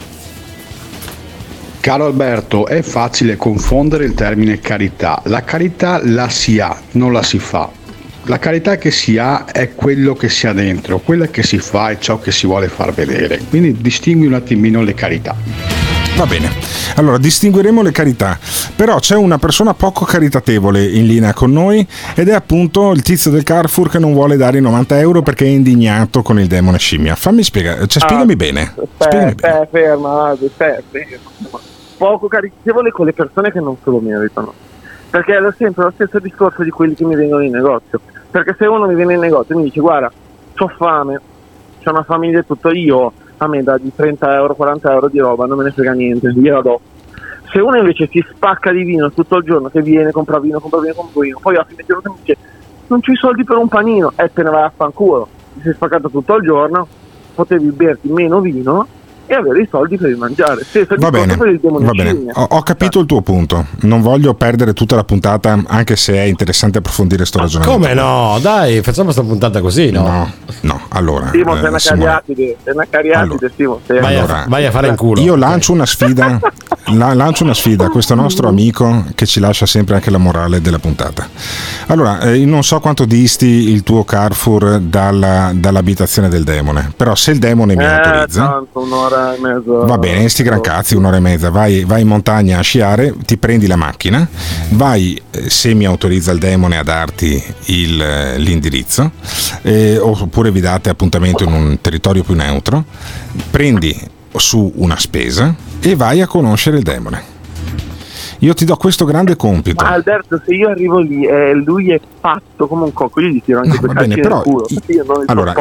Caro Alberto, è facile confondere il termine carità. La carità la si ha, non la si fa. La carità che si ha è quello che si ha dentro, quella che si fa è ciò che si vuole far vedere. Quindi distingui un attimino le carità. Va bene, allora distingueremo le carità, però c'è una persona poco caritatevole in linea con noi ed è appunto il tizio del Carrefour che non vuole dare i 90 euro perché è indignato con il demone scimmia. Fammi spiegare, spiegami bene. Ferma. Poco caritatevole con le persone che non se lo meritano, perché è sempre lo stesso discorso di quelli che mi vengono in negozio. Perché se uno mi viene in negozio e mi dice guarda, c'ho fame, c'ho una famiglia e tutto, io a me dà di 30 euro, 40 euro di roba, non me ne frega niente, gliela do. Se uno invece si spacca di vino tutto il giorno, che viene, compra vino, poi a fine giorno mi dice non c'ho i soldi per un panino, e te ne vai a fanculo, ti sei spaccato tutto il giorno, potevi berti meno vino e avere i soldi per il mangiare. Va bene. Ho capito il tuo punto. Non voglio perdere tutta la puntata, anche se è interessante approfondire sto ragionamento. Come no? Dai, facciamo sta puntata così, no? No, allora. Simo, sei una cariatide, Simo. Vai a fare in culo. Io lancio una sfida. Lancio una sfida a questo nostro amico che ci lascia sempre anche la morale della puntata. Allora, non so quanto disti il tuo Carrefour dall'abitazione del demone, però se il demone mi autorizza, tanto un'ora un'ora e mezza. Va bene, sti gran cazzi, un'ora e mezza. Vai in montagna a sciare, ti prendi la macchina, vai, se mi autorizza il demone, a darti l'indirizzo, oppure vi date appuntamento in un territorio più neutro, prendi su una spesa e vai a conoscere il demone. Io ti do questo grande compito. Ma Alberto, se io arrivo lì e lui è fatto come un cocco, io gli tiro anche due calci nel culo. Allora,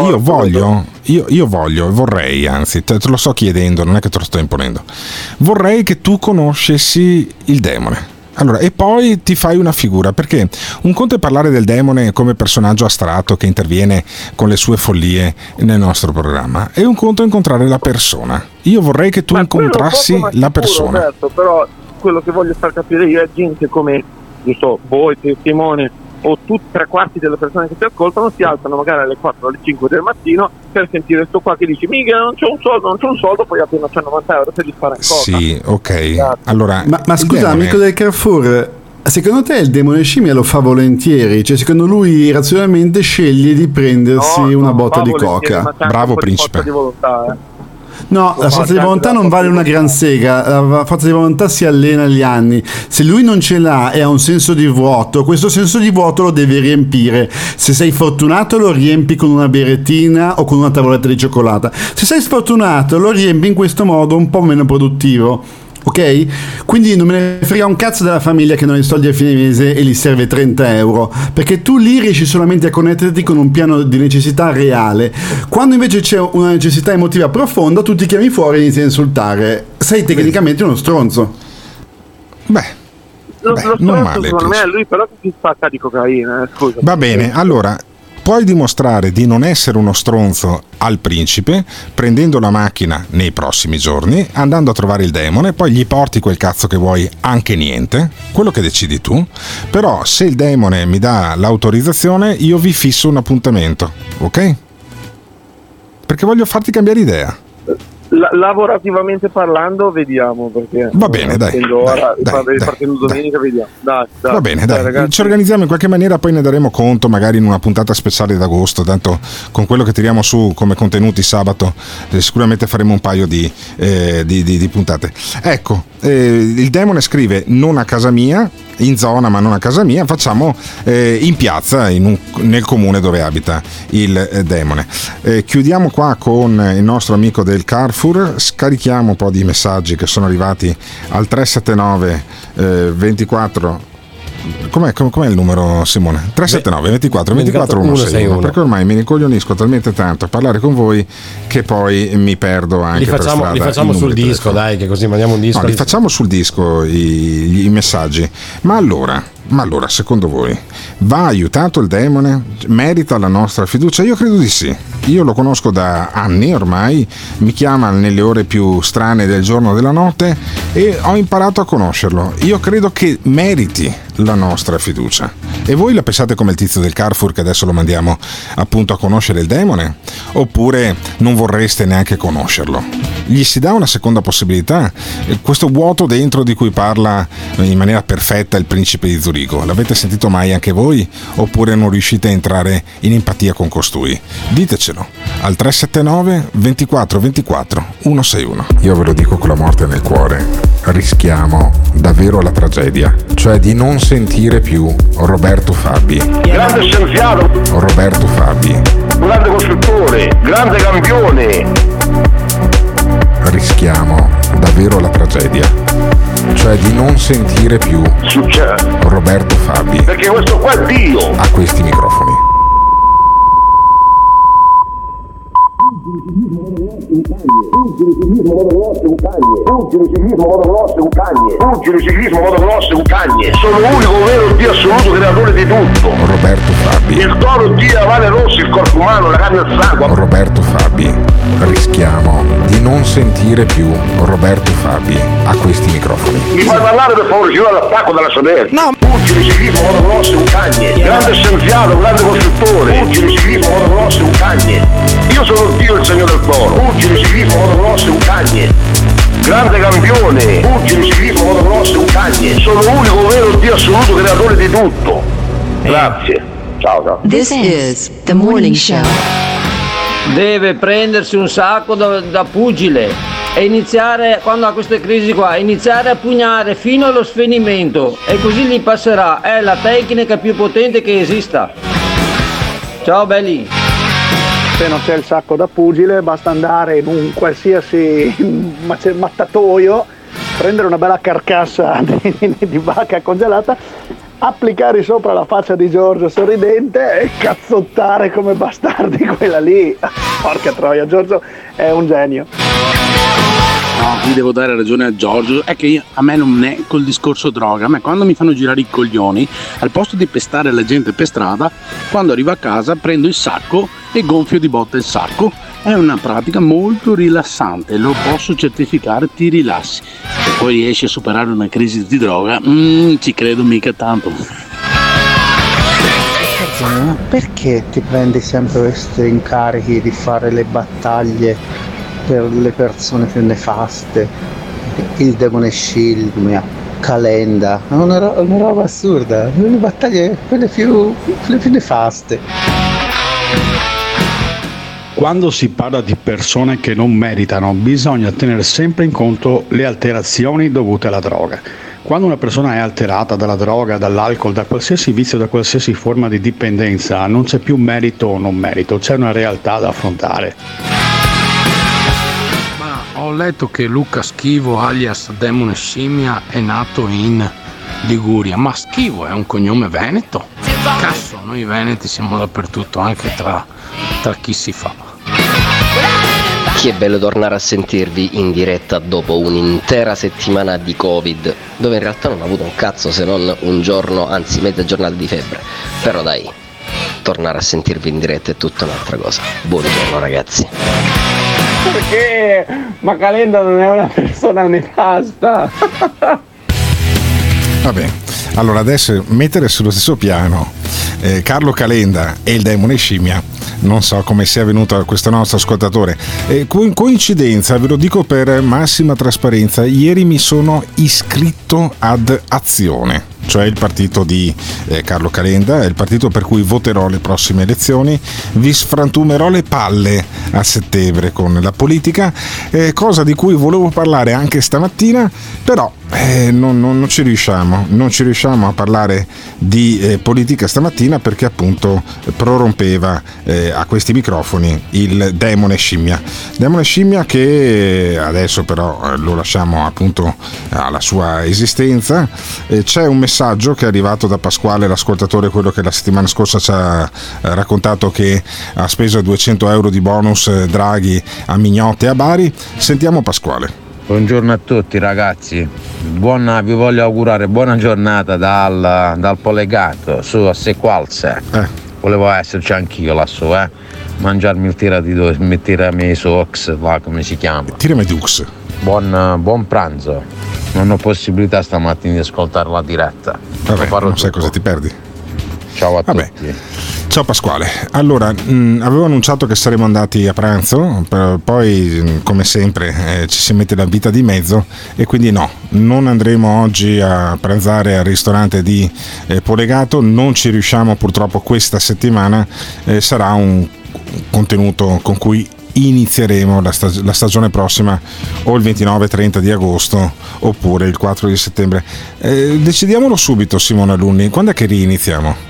vorrei, anzi, te lo sto chiedendo, non è che te lo sto imponendo. Vorrei che tu conoscessi il demone. Allora, e poi ti fai una figura, perché un conto è parlare del demone come personaggio astratto che interviene con le sue follie nel nostro programma, e un conto è incontrare la persona. Io vorrei che tu incontrassi la persona. Roberto, però quello che voglio far capire io è gente come, giusto, voi, Simone, o tutti 3/4 delle persone che ti ascoltano si alzano magari alle 4 alle 5 del mattino per sentire sto qua che dice mica non c'è un soldo, poi appena c'è 90 euro per gli fare in cosa. Sì, ok. Allora, ma scusa, amico del Carrefour, secondo te il demone scimmia lo fa volentieri? Cioè, secondo lui razionalmente sceglie di prendersi una botta di coca? Bravo principe. Di volontà, No, la forza di volontà non vale una gran sega, la forza di volontà si allena agli anni. Se lui non ce l'ha e ha un senso di vuoto, questo senso di vuoto lo devi riempire. Se sei fortunato lo riempi con una berettina o con una tavoletta di cioccolata. Se sei sfortunato lo riempi in questo modo un po' meno produttivo. Ok? Quindi non me ne frega un cazzo della famiglia che non ha i soldi a fine mese e gli serve 30 euro, perché tu lì riesci solamente a connetterti con un piano di necessità reale. Quando invece c'è una necessità emotiva profonda, tu ti chiami fuori e inizi a insultare. Sei tecnicamente uno stronzo. Lo non male, secondo me è lui però che si spacca di cocaina, scusa. Va bene, allora puoi dimostrare di non essere uno stronzo al principe prendendo la macchina nei prossimi giorni, andando a trovare il demone, poi gli porti quel cazzo che vuoi, anche niente, quello che decidi tu. Però se il demone mi dà l'autorizzazione, io vi fisso un appuntamento, ok? Perché voglio farti cambiare idea. Lavorativamente parlando, vediamo, perché va bene, dai, partendo domenica, vediamo. Dai, va bene, dai, ragazzi. Ci organizziamo in qualche maniera, poi ne daremo conto magari in una puntata speciale d'agosto, tanto con quello che tiriamo su come contenuti sabato sicuramente faremo un paio di puntate. Ecco, il demone scrive non a casa mia, in zona ma non a casa mia, facciamo in piazza, nel comune dove abita il demone. Chiudiamo qua con il nostro amico del Carrefour, scarichiamo un po' di messaggi che sono arrivati al 379 24. Com'è il numero, Simone? 379 24 161, perché ormai mi ricoglionisco talmente tanto a parlare con voi che poi mi perdo anche per strada. Li facciamo sul disco, dai, che così mandiamo un disco. No, li facciamo sul disco i messaggi. Ma allora, secondo voi va aiutato il demone? Merita la nostra fiducia? Io credo di sì. Io lo conosco da anni ormai, mi chiama nelle ore più strane del giorno e della notte e ho imparato a conoscerlo. Io credo che meriti la nostra fiducia. E voi la pensate come il tizio del Carrefour che adesso lo mandiamo appunto a conoscere il demone? Oppure non vorreste neanche conoscerlo? Gli si dà una seconda possibilità? Questo vuoto dentro di cui parla in maniera perfetta il principe di Zurigo, l'avete sentito mai anche voi? Oppure non riuscite a entrare in empatia con costui? Ditecelo al 379 24 24 161. Io ve lo dico con la morte nel cuore, rischiamo davvero la tragedia, cioè di non sentire più Roberto Fabi. Grande scienziato, Roberto Fabi. grande costruttore, grande campione. Rischiamo davvero la tragedia, cioè di non sentire più Roberto Fabi. Perché questo qua è Dio. A questi microfoni. Ciclismo motocross è un cagne. Sono l'unico vero Dio assoluto creatore di tutto. Roberto Fabi. Il toro, Dio, la vale rossa, il corpo umano, la carne e il sangue. Roberto Fabi. Rischiamo di non sentire più Roberto Fabi a questi microfoni. Mi fai parlare per favore, io all'attacco dalla sedere. No. Ciclismo motocross è un cagne. Grande scienziato, grande costruttore. Ciclismo motocross è un cagne. Io sono Dio, il segno del toro. Ciclismo motocross è un cagne. Grande campione. Ciclismo motocross è un cagne. Sono l'unico vero Dio assoluto creatore di tutto. Grazie. Ciao. This is the morning show. Deve prendersi un sacco da pugile. e iniziare, quando ha queste crisi qua, iniziare a pugnare fino allo svenimento e così gli passerà. È la tecnica più potente che esista. Ciao belli. Se non c'è il sacco da pugile, basta andare in un qualsiasi mattatoio, prendere una bella carcassa di vacca congelata, applicare sopra la faccia di Giorgio sorridente e cazzottare come bastardi quella lì. Porca troia, Giorgio è un genio. No, gli devo dare ragione a Giorgio, è che a me non è col discorso droga, a me quando mi fanno girare i coglioni, al posto di pestare la gente per strada, quando arrivo a casa prendo il sacco e gonfio di botte il sacco. È una pratica molto rilassante, lo posso certificare, ti rilassi. Se poi riesci a superare una crisi di droga, ci credo mica tanto. Ma perché ti prendi sempre questi incarichi di fare le battaglie per le persone più nefaste? Il demone Scimmia, Calenda, è una roba assurda, le battaglie quelle più nefaste. Quando si parla di persone che non meritano, bisogna tenere sempre in conto le alterazioni dovute alla droga. Quando una persona è alterata dalla droga, dall'alcol, da qualsiasi vizio, da qualsiasi forma di dipendenza, non c'è più merito o non merito, c'è una realtà da affrontare. Ma ho letto che Luca Schivo, alias Demone Scimmia, è nato in Liguria, ma Schivo è un cognome veneto? Cazzo, noi veneti siamo dappertutto, anche tra chi si fa. Che bello tornare a sentirvi in diretta dopo un'intera settimana di Covid, dove in realtà non ho avuto un cazzo se non un giorno, anzi mezza giornata di febbre. Però dai, tornare a sentirvi in diretta è tutta un'altra cosa. Buongiorno ragazzi. Perché? Ma Calenda non è una persona nefasta. Vabbè, allora adesso mettere sullo stesso piano Carlo Calenda e il demone Scimmia, non so come sia venuto a questo nostro ascoltatore. Coincidenza, ve lo dico per massima trasparenza, ieri mi sono iscritto ad Azione, cioè il partito di Carlo Calenda, è il partito per cui voterò le prossime elezioni. Vi sfrantumerò le palle a settembre con la politica, cosa di cui volevo parlare anche stamattina, però non ci riusciamo a parlare di politica stamattina perché appunto prorompeva a questi microfoni il demone Scimmia che adesso però lo lasciamo appunto alla sua esistenza. C'è un messaggio che è arrivato da Pasquale, l'ascoltatore, quello che la settimana scorsa ci ha raccontato che ha speso 200 euro di bonus Draghi a Mignotte e a Bari. Sentiamo Pasquale. Buongiorno a tutti ragazzi, vi voglio augurare buona giornata dal Polegato su a Sequalze. Volevo esserci anch'io lassù, mangiarmi il tiramisù, là come si chiama. Tiramedux. Buon pranzo, non ho possibilità stamattina di ascoltare la diretta. Vabbè, non sai cosa ti perdi. Ciao a tutti. Ciao Pasquale, allora avevo annunciato che saremmo andati a pranzo, poi come sempre ci si mette la vita di mezzo e quindi no, non andremo oggi a pranzare al ristorante di Polegato, non ci riusciamo purtroppo questa settimana, sarà un contenuto con cui inizieremo la stagione prossima o il 29-30 di agosto oppure il 4 di settembre. Decidiamolo subito Simone Alunni, quando è che riiniziamo?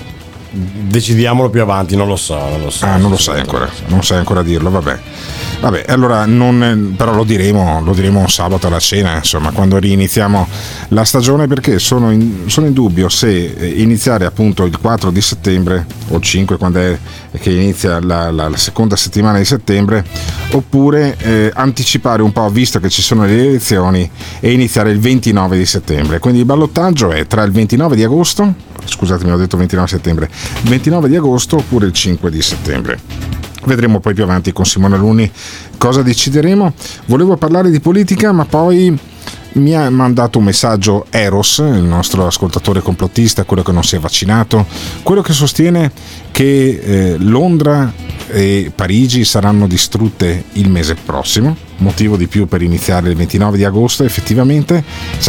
Decidiamolo più avanti, non lo so. Non lo sai ancora, non sai ancora dirlo, vabbè, allora però lo diremo un sabato alla cena, insomma, quando riiniziamo la stagione, perché sono in dubbio se iniziare appunto il 4 di settembre o il 5, quando è che inizia la seconda settimana di settembre, oppure anticipare un po', visto che ci sono le elezioni, e iniziare il 29 di settembre. Quindi il ballottaggio è tra il 29 di agosto, scusatemi, ho detto 29 settembre, 29 di agosto oppure il 5 di settembre. Vedremo poi più avanti con Simone Alunni cosa decideremo. Volevo parlare di politica, ma poi mi ha mandato un messaggio Eros, il nostro ascoltatore complottista, quello che non si è vaccinato, quello che sostiene che Londra e Parigi saranno distrutte il mese prossimo, motivo di più per iniziare il 29 di agosto. Effettivamente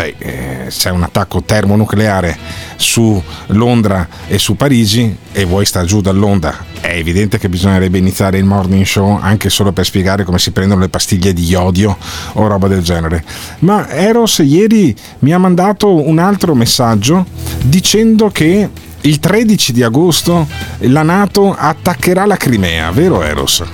c'è un attacco termonucleare su Londra e su Parigi, e vuoi sta giù dall'onda è evidente che bisognerebbe iniziare il morning show anche solo per spiegare come si prendono le pastiglie di iodio o roba del genere. Ma Eros ieri mi ha mandato un altro messaggio dicendo che il 13 di agosto la NATO attaccherà la Crimea, vero Eros?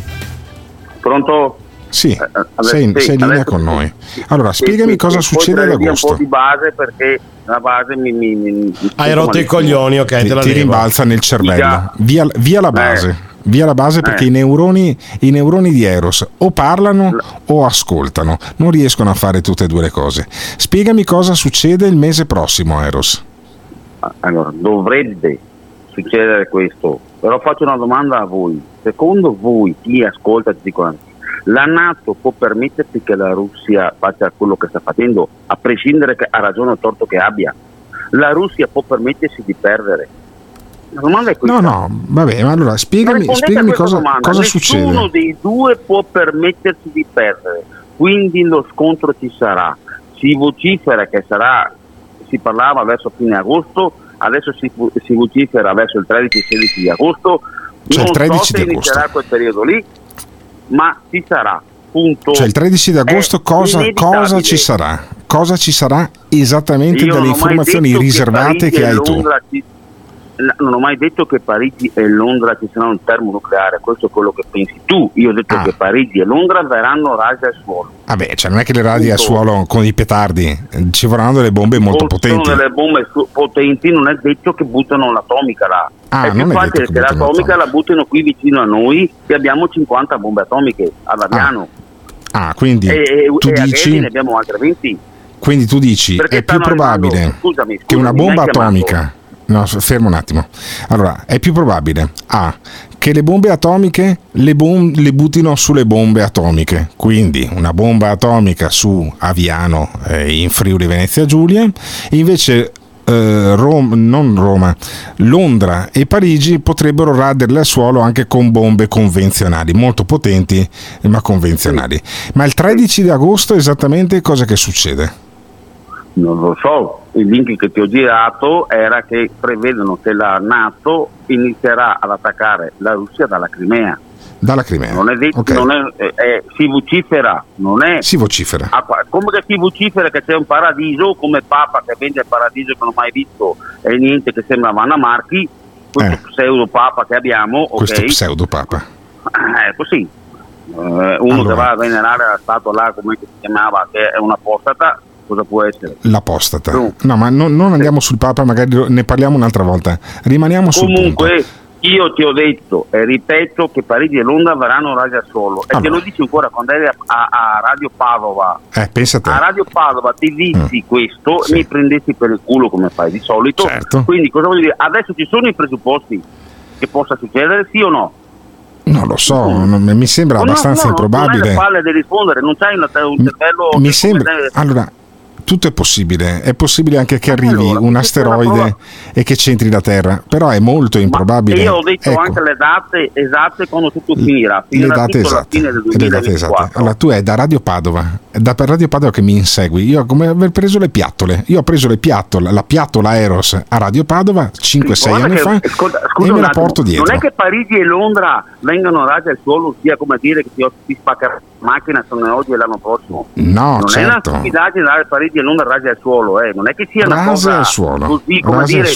Pronto? Sì, sei in linea con noi. Allora, spiegami cosa succede ad agosto. Un po' di base, perché la base mi hai rotto i coglioni, ok, te la ti rimbalza nel cervello. Via la base. Via la base, perché i neuroni di Eros o parlano o ascoltano, non riescono a fare tutte e due le cose. Spiegami cosa succede il mese prossimo, Eros. Allora, dovrebbe succedere questo, però faccio una domanda a voi. Secondo voi, chi ascolta tutti quanti, la NATO può permettersi che la Russia faccia quello che sta facendo, a prescindere che ha ragione o torto che abbia? La Russia può permettersi di perdere? La domanda è questa. No, vabbè, ma allora spiegami cosa succede. Nessuno dei due può permettersi di perdere, quindi lo scontro ci sarà. Si vocifera che sarà, si parlava verso fine agosto, adesso si vocifera verso il 13 e 16 di agosto. Cioè non il 13 so se di agosto. inizierà quel periodo lì, ma ci sarà, punto. Cioè il 13 di agosto cosa ci sarà? Cosa ci sarà esattamente dalle informazioni riservate che hai tu? Non ho mai detto che Parigi e Londra ci sarà un termonucleare, questo è quello che pensi tu. Io ho detto che Parigi e Londra verranno rase al suolo. Vabbè, cioè non è che le radi al suolo con i petardi, ci vorranno delle bombe molto potenti. Delle bombe potenti, non è detto che buttano l'atomica là. È più facile che l'atomica la buttino qui vicino a noi, che abbiamo 50 bombe atomiche ad Aviano. Quindi tu dici, a ne abbiamo altre 20. Quindi tu dici perché è più probabile che una bomba atomica. No, fermo un attimo. Allora, è più probabile che le bombe atomiche le buttino sulle bombe atomiche, quindi una bomba atomica su Aviano in Friuli Venezia Giulia, invece Londra e Parigi potrebbero raderle al suolo anche con bombe convenzionali, molto potenti ma convenzionali. Ma il 13 di agosto esattamente cosa che succede? Non lo so, il link che ti ho girato era che prevedono che la NATO inizierà ad attaccare la Russia dalla Crimea. Dalla Crimea. Non è detto, si vocifera, non è. Si vocifera. Come che si vocifera che c'è un paradiso, come Papa che vende il paradiso che non ho mai visto e niente, che sembra Vanna Marchi, questo pseudo Papa che abbiamo. Questo pseudo Papa. Così. Uno che va a venerare la statua là, come si chiamava, che è un apostata. Cosa può essere? L'apostata. No, ma non andiamo sul Papa, magari ne parliamo un'altra volta. Rimaniamo sul punto. Comunque, io ti ho detto e ripeto che Parigi e Londra verranno rasi al suolo. E te lo dici ancora quando eri a Radio Padova. Pensa te. A Radio Padova ti dissi questo e mi prendessi per il culo come fai di solito. Certo. Quindi cosa voglio dire? Adesso ci sono i presupposti che possa succedere, sì o no? Non lo so, mi sembra abbastanza improbabile. Non hai le palle di rispondere, non c'hai un cervello. Mi sembra. Allora, tutto è possibile anche che arrivi un asteroide e che c'entri la Terra, però è molto improbabile. Io ho detto anche le date esatte quando tutto finirà. Le date esatte. Allora tu è da Radio Padova, per Radio Padova che mi insegui. Io come aver preso le piattole. Io ho preso la piattola Eros a Radio Padova 5-6 anni fa e me la porto dietro. Non è che Parigi e Londra vengano rasi al suolo, sia come dire che ti spaccherà la macchina sono oggi e l'anno prossimo. No, non è una stupidaggine dare Parigi e Londra rasi al suolo, non è che sia una cosa così come dire.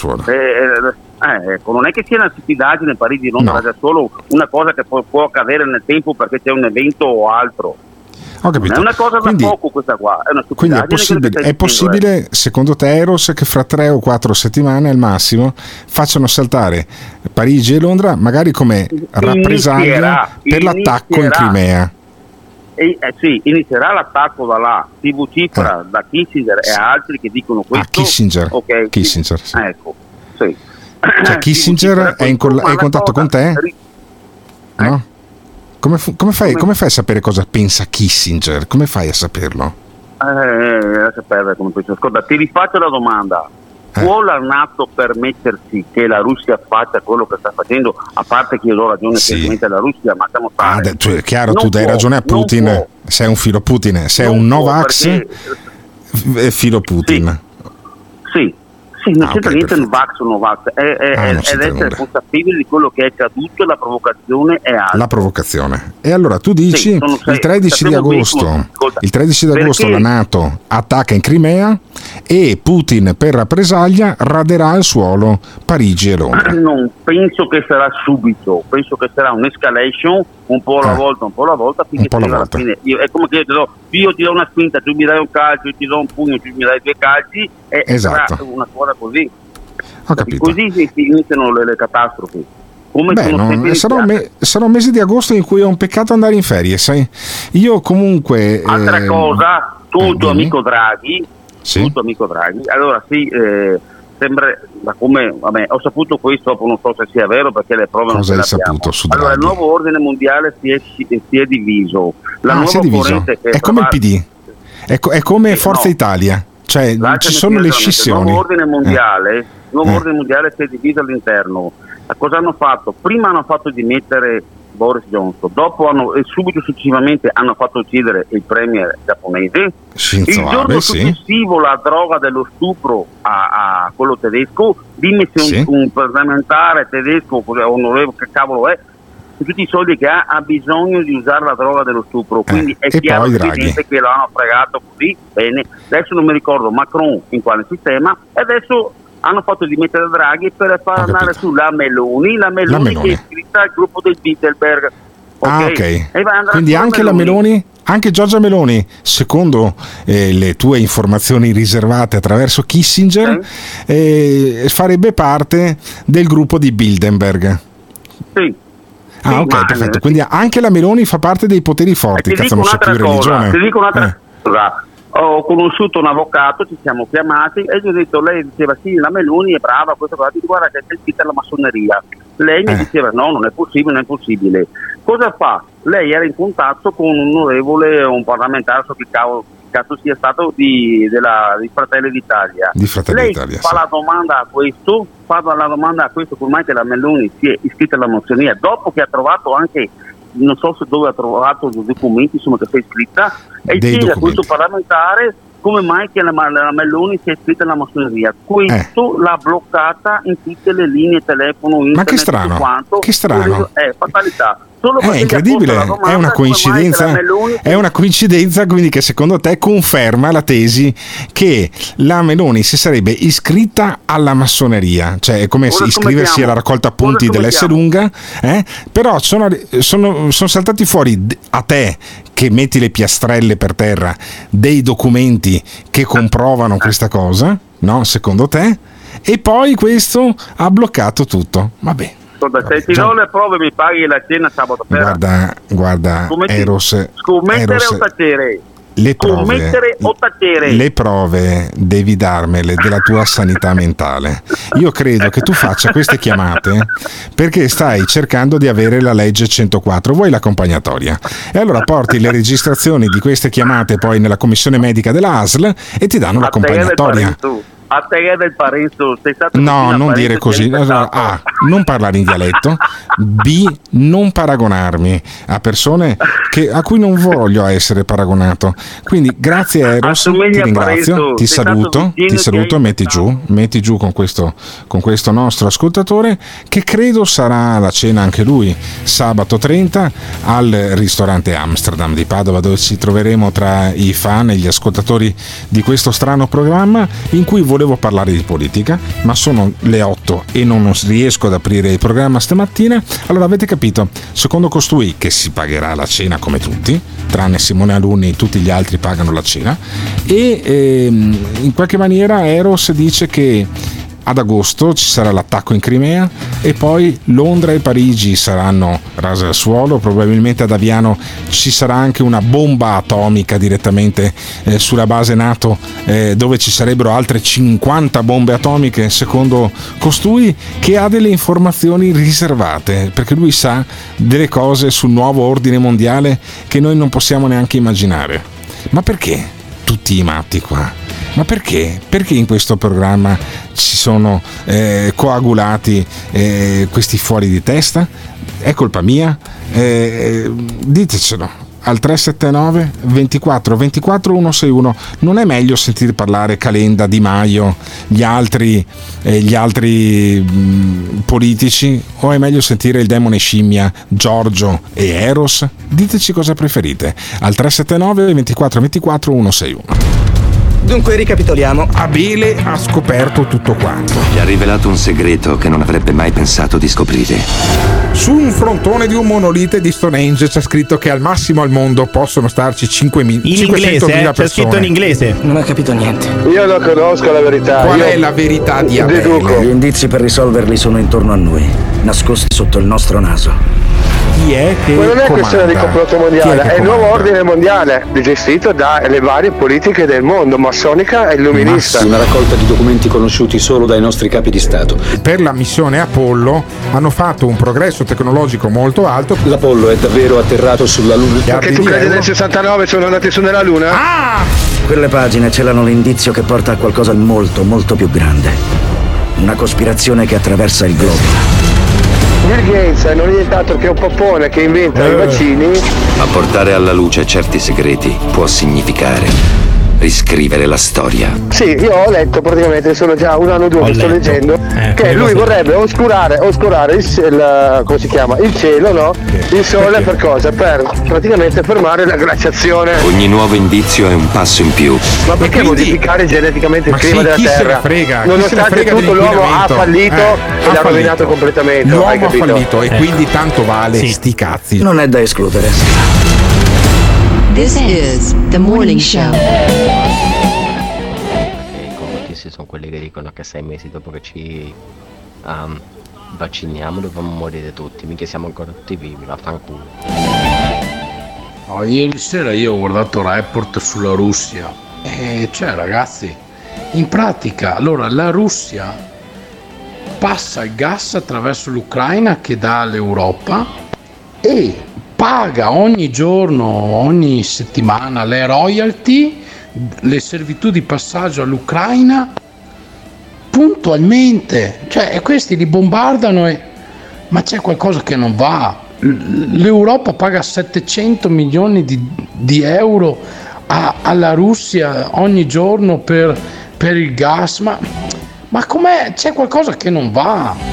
Non è che sia una stupidaggine Parigi e Londra rasi al suolo, una cosa che può accadere nel tempo perché c'è un evento o altro. Ho capito. Non è una cosa da poco questa qua, è una quindi è possibile secondo te, Eros, che fra 3 o 4 settimane al massimo facciano saltare Parigi e Londra magari come rappresaglia per l'attacco in Crimea? Sì, inizierà l'attacco da là, si vocifera da Kissinger e altri che dicono questo. Kissinger, sì. Ecco, sì. Cioè Kissinger è in contatto con te? No? Come fai a sapere cosa pensa Kissinger? Come fai a saperlo? Lascia perdere come penso. Ascolta, ti rifaccio la domanda. Può la NATO permettersi che la Russia faccia quello che sta facendo, a parte che io do ragione semplicemente alla Russia, ma stiamo parlando. Cioè, chiaro, tu dai ragione a Putin, sei un filo Putin, sei un Novax filo Putin. Sì, non c'entra niente il Vax o no Vax, è essere consapevoli di quello che è accaduto, la provocazione è alta. La provocazione. E allora tu dici il 13 di agosto, la NATO attacca in Crimea e Putin per rappresaglia raderà al suolo Parigi e Londra. Non penso che sarà subito, penso che sarà un'escalation un po' alla volta, finché alla fine. È come che io ti do una spinta, tu mi dai un calcio, io ti do un pugno, tu mi dai 2 calci, e sarà una cosa così. Ho capito. Così si iniziano le catastrofi. Sarà un mese di agosto in cui è un peccato andare in ferie, sai? Io comunque... Altra cosa, tu tuo amico Draghi, allora sembra, da come, ho saputo questo, non so se sia vero perché le prove cosa non ce hai saputo su Draghi? Allora, il nuovo ordine mondiale si è diviso. Si è diviso. È come il PD, è come Forza Italia, cioè ci sono le scissioni. Il nuovo ordine mondiale si è diviso all'interno. Cosa hanno fatto? Prima hanno fatto dimettere Boris Johnson, dopo subito successivamente hanno fatto uccidere il premier giapponese. Shinzo il giorno successivo la droga dello stupro a quello tedesco, dimmi se un parlamentare tedesco, onorevole che cavolo è, tutti i soldi che ha bisogno di usare la droga dello stupro, quindi è chiaro che lo hanno fregato così bene. Adesso non mi ricordo Macron in quale sistema, e adesso hanno fatto dimettere Draghi per far andare su la Meloni che è iscritta al gruppo del Bilderberg. Quindi anche la Meloni, anche Giorgia Meloni, secondo le tue informazioni riservate attraverso Kissinger, farebbe parte del gruppo di Bilderberg. Sì. Perfetto. Quindi anche la Meloni fa parte dei poteri forti. Cazzo, non c'è più religione. Ti dico un'altra cosa. Ho conosciuto un avvocato, ci siamo chiamati e gli ho detto, lei diceva sì, la Meloni è brava, questo qua, guarda che è iscritta alla massoneria. Lei mi diceva no, non è possibile. Cosa fa? Lei era in contatto con un onorevole, un parlamentare, so che cazzo sia stato di Fratelli d'Italia. Lei fa la domanda a questo, come mai che la Meloni si è iscritta alla massoneria, dopo che ha trovato anche, non so se dove ha trovato i documenti, insomma, che sei iscritta, e chiede a questo parlamentare come mai che la Meloni si è iscritta alla massoneria. Questo l'ha bloccata in tutte le linee telefono, internet, ma che strano. È fatalità. È incredibile, è una coincidenza quindi che secondo te conferma la tesi che la Meloni si sarebbe iscritta alla massoneria, cioè è come iscriversi alla raccolta punti dell'S lunga, però sono saltati fuori a te che metti le piastrelle per terra dei documenti che comprovano questa cosa, no? Secondo te, e poi questo ha bloccato tutto. Vabbè. Se ti do le prove mi paghi la cena sabato sera. Guarda, Eros, scommettere o tacere? Le prove devi darmele della tua sanità mentale. Io credo che tu faccia queste chiamate perché stai cercando di avere la legge 104, vuoi l'accompagnatoria, e allora porti le registrazioni di queste chiamate poi nella commissione medica della ASL e ti danno l'accompagnatoria. A te del Parenzo, sei stato no, non dire così. A, non parlare in dialetto. B, non paragonarmi a persone a cui non voglio essere paragonato. Quindi grazie Eros, ti ringrazio, ti saluto, metti giù con questo nostro ascoltatore, che credo sarà alla cena anche lui sabato 30 al ristorante Amsterdam di Padova, dove ci troveremo tra i fan e gli ascoltatori di questo strano programma in cui volevo parlare di politica, ma sono le 8 e non riesco ad aprire il programma stamattina. Allora avete capito, secondo costui, che si pagherà la cena come tutti, tranne Simone Alunni, tutti gli altri pagano la cena, e in qualche maniera Eros dice che ad agosto ci sarà l'attacco in Crimea e poi Londra e Parigi saranno rase al suolo, probabilmente ad Aviano ci sarà anche una bomba atomica direttamente sulla base NATO, dove ci sarebbero altre 50 bombe atomiche, secondo costui, che ha delle informazioni riservate, perché lui sa delle cose sul nuovo ordine mondiale che noi non possiamo neanche immaginare. Ma perché tutti i matti qua? Ma perché? Perché in questo programma ci sono coagulati questi fuori di testa? È colpa mia? Ditecelo. al 379 24 24 161. Non è meglio sentir parlare Calenda, Di Maio, gli altri politici, o è meglio sentire il demone scimmia, Giorgio e Eros? Diteci cosa preferite al 379 24 24 161. Dunque ricapitoliamo. Abele ha scoperto tutto quanto. Gli ha rivelato un segreto che non avrebbe mai pensato di scoprire. Su un frontone di un monolite di Stonehenge c'è scritto che al massimo al mondo possono starci 500.000 persone. C'è scritto in inglese. Non ho capito niente. Io non conosco la verità. Qual è la verità di Abele? Deduco. Gli indizi per risolverli sono intorno a noi, nascosti sotto il nostro naso. Chi è che Ma non è comanda? questione di complotto mondiale, è il nuovo comanda? ordine mondiale, gestito dalle varie politiche del mondo, massonica e illuminista. Una raccolta di documenti conosciuti solo dai nostri capi di Stato. Per la missione Apollo hanno fatto un progresso tecnologico molto alto. L'Apollo è davvero atterrato sulla Luna. Perché tu credi nel 69 sono andati su nella Luna? Quelle pagine celano l'indizio che porta a qualcosa di molto, molto più grande. Una cospirazione che attraversa il globo. Bill Gates non è nient'altro che un popone che inventa i vaccini. Ma portare alla luce certi segreti può significare riscrivere la storia. Sì, io ho letto praticamente, sono già un anno o due che sto leggendo, che lui vorrebbe oscurare come si chiama? Il cielo, no? Il sole per cosa? Per praticamente fermare la glaciazione. Ogni nuovo indizio è un passo in più. Ma perché modificare geneticamente il clima della Terra? Nonostante tutto l'uomo ha fallito e l'ha rovinato completamente. L'uomo ha fallito e quindi tanto vale sti cazzi. Non è da escludere. This is the morning show. I complottisti sono quelli che dicono che 6 mesi dopo che ci vacciniamo dobbiamo morire tutti, mica siamo ancora tutti vivi, vaffanculo. No, ieri sera io ho guardato report sulla Russia e cioè ragazzi, in pratica allora la Russia passa il gas attraverso l'Ucraina che dà all'Europa e paga ogni giorno, ogni settimana le royalty, le servitù di passaggio all'Ucraina puntualmente, cioè questi li bombardano ma c'è qualcosa che non va. L'Europa paga 700 milioni di euro alla Russia ogni giorno per il gas, ma com'è? C'è qualcosa che non va.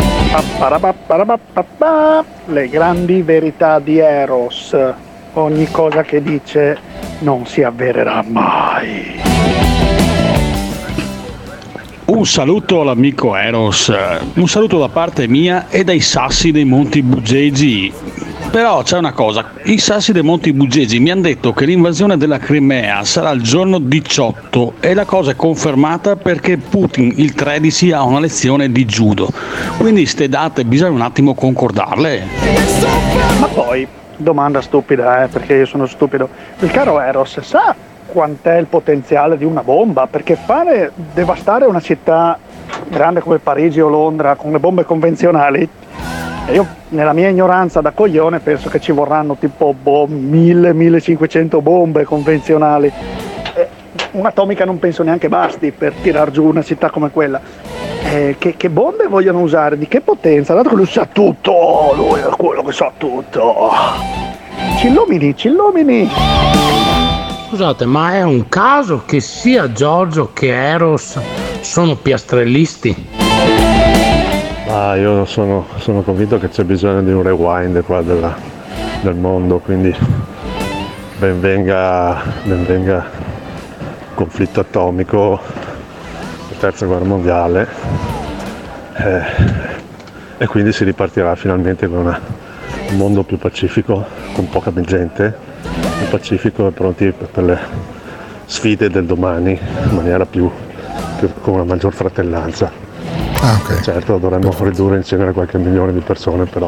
Le grandi verità di Eros. Ogni cosa che dice non si avvererà mai. Un saluto all'amico Eros, un saluto da parte mia e dai sassi dei Monti Bugegi. Però c'è una cosa, i sassi dei Monti Bugegi mi hanno detto che l'invasione della Crimea sarà il giorno 18 e la cosa è confermata perché Putin il 13 ha una lezione di judo. Quindi ste date bisogna un attimo concordarle. Ma poi, domanda stupida, perché io sono stupido. Il caro Eros sa quant'è il potenziale di una bomba? Perché devastare una città grande come Parigi o Londra con le bombe convenzionali, io nella mia ignoranza da coglione penso che ci vorranno tipo 1000-1500 bombe convenzionali. Un'atomica non penso neanche basti per tirar giù una città come quella. Che bombe vogliono usare? Di che potenza? Dato che lui sa tutto, lui è quello che sa tutto. Ci illumini. Scusate, ma è un caso che sia Giorgio che Eros sono piastrellisti? Io sono convinto che c'è bisogno di un rewind qua del mondo, quindi ben venga il conflitto atomico, la terza guerra mondiale, e quindi si ripartirà finalmente con un mondo più pacifico, con poca gente, più pacifico e pronti per le sfide del domani in maniera più con una maggior fratellanza. Okay. Certo, dovremmo ridurre in genere qualche milione di persone, però.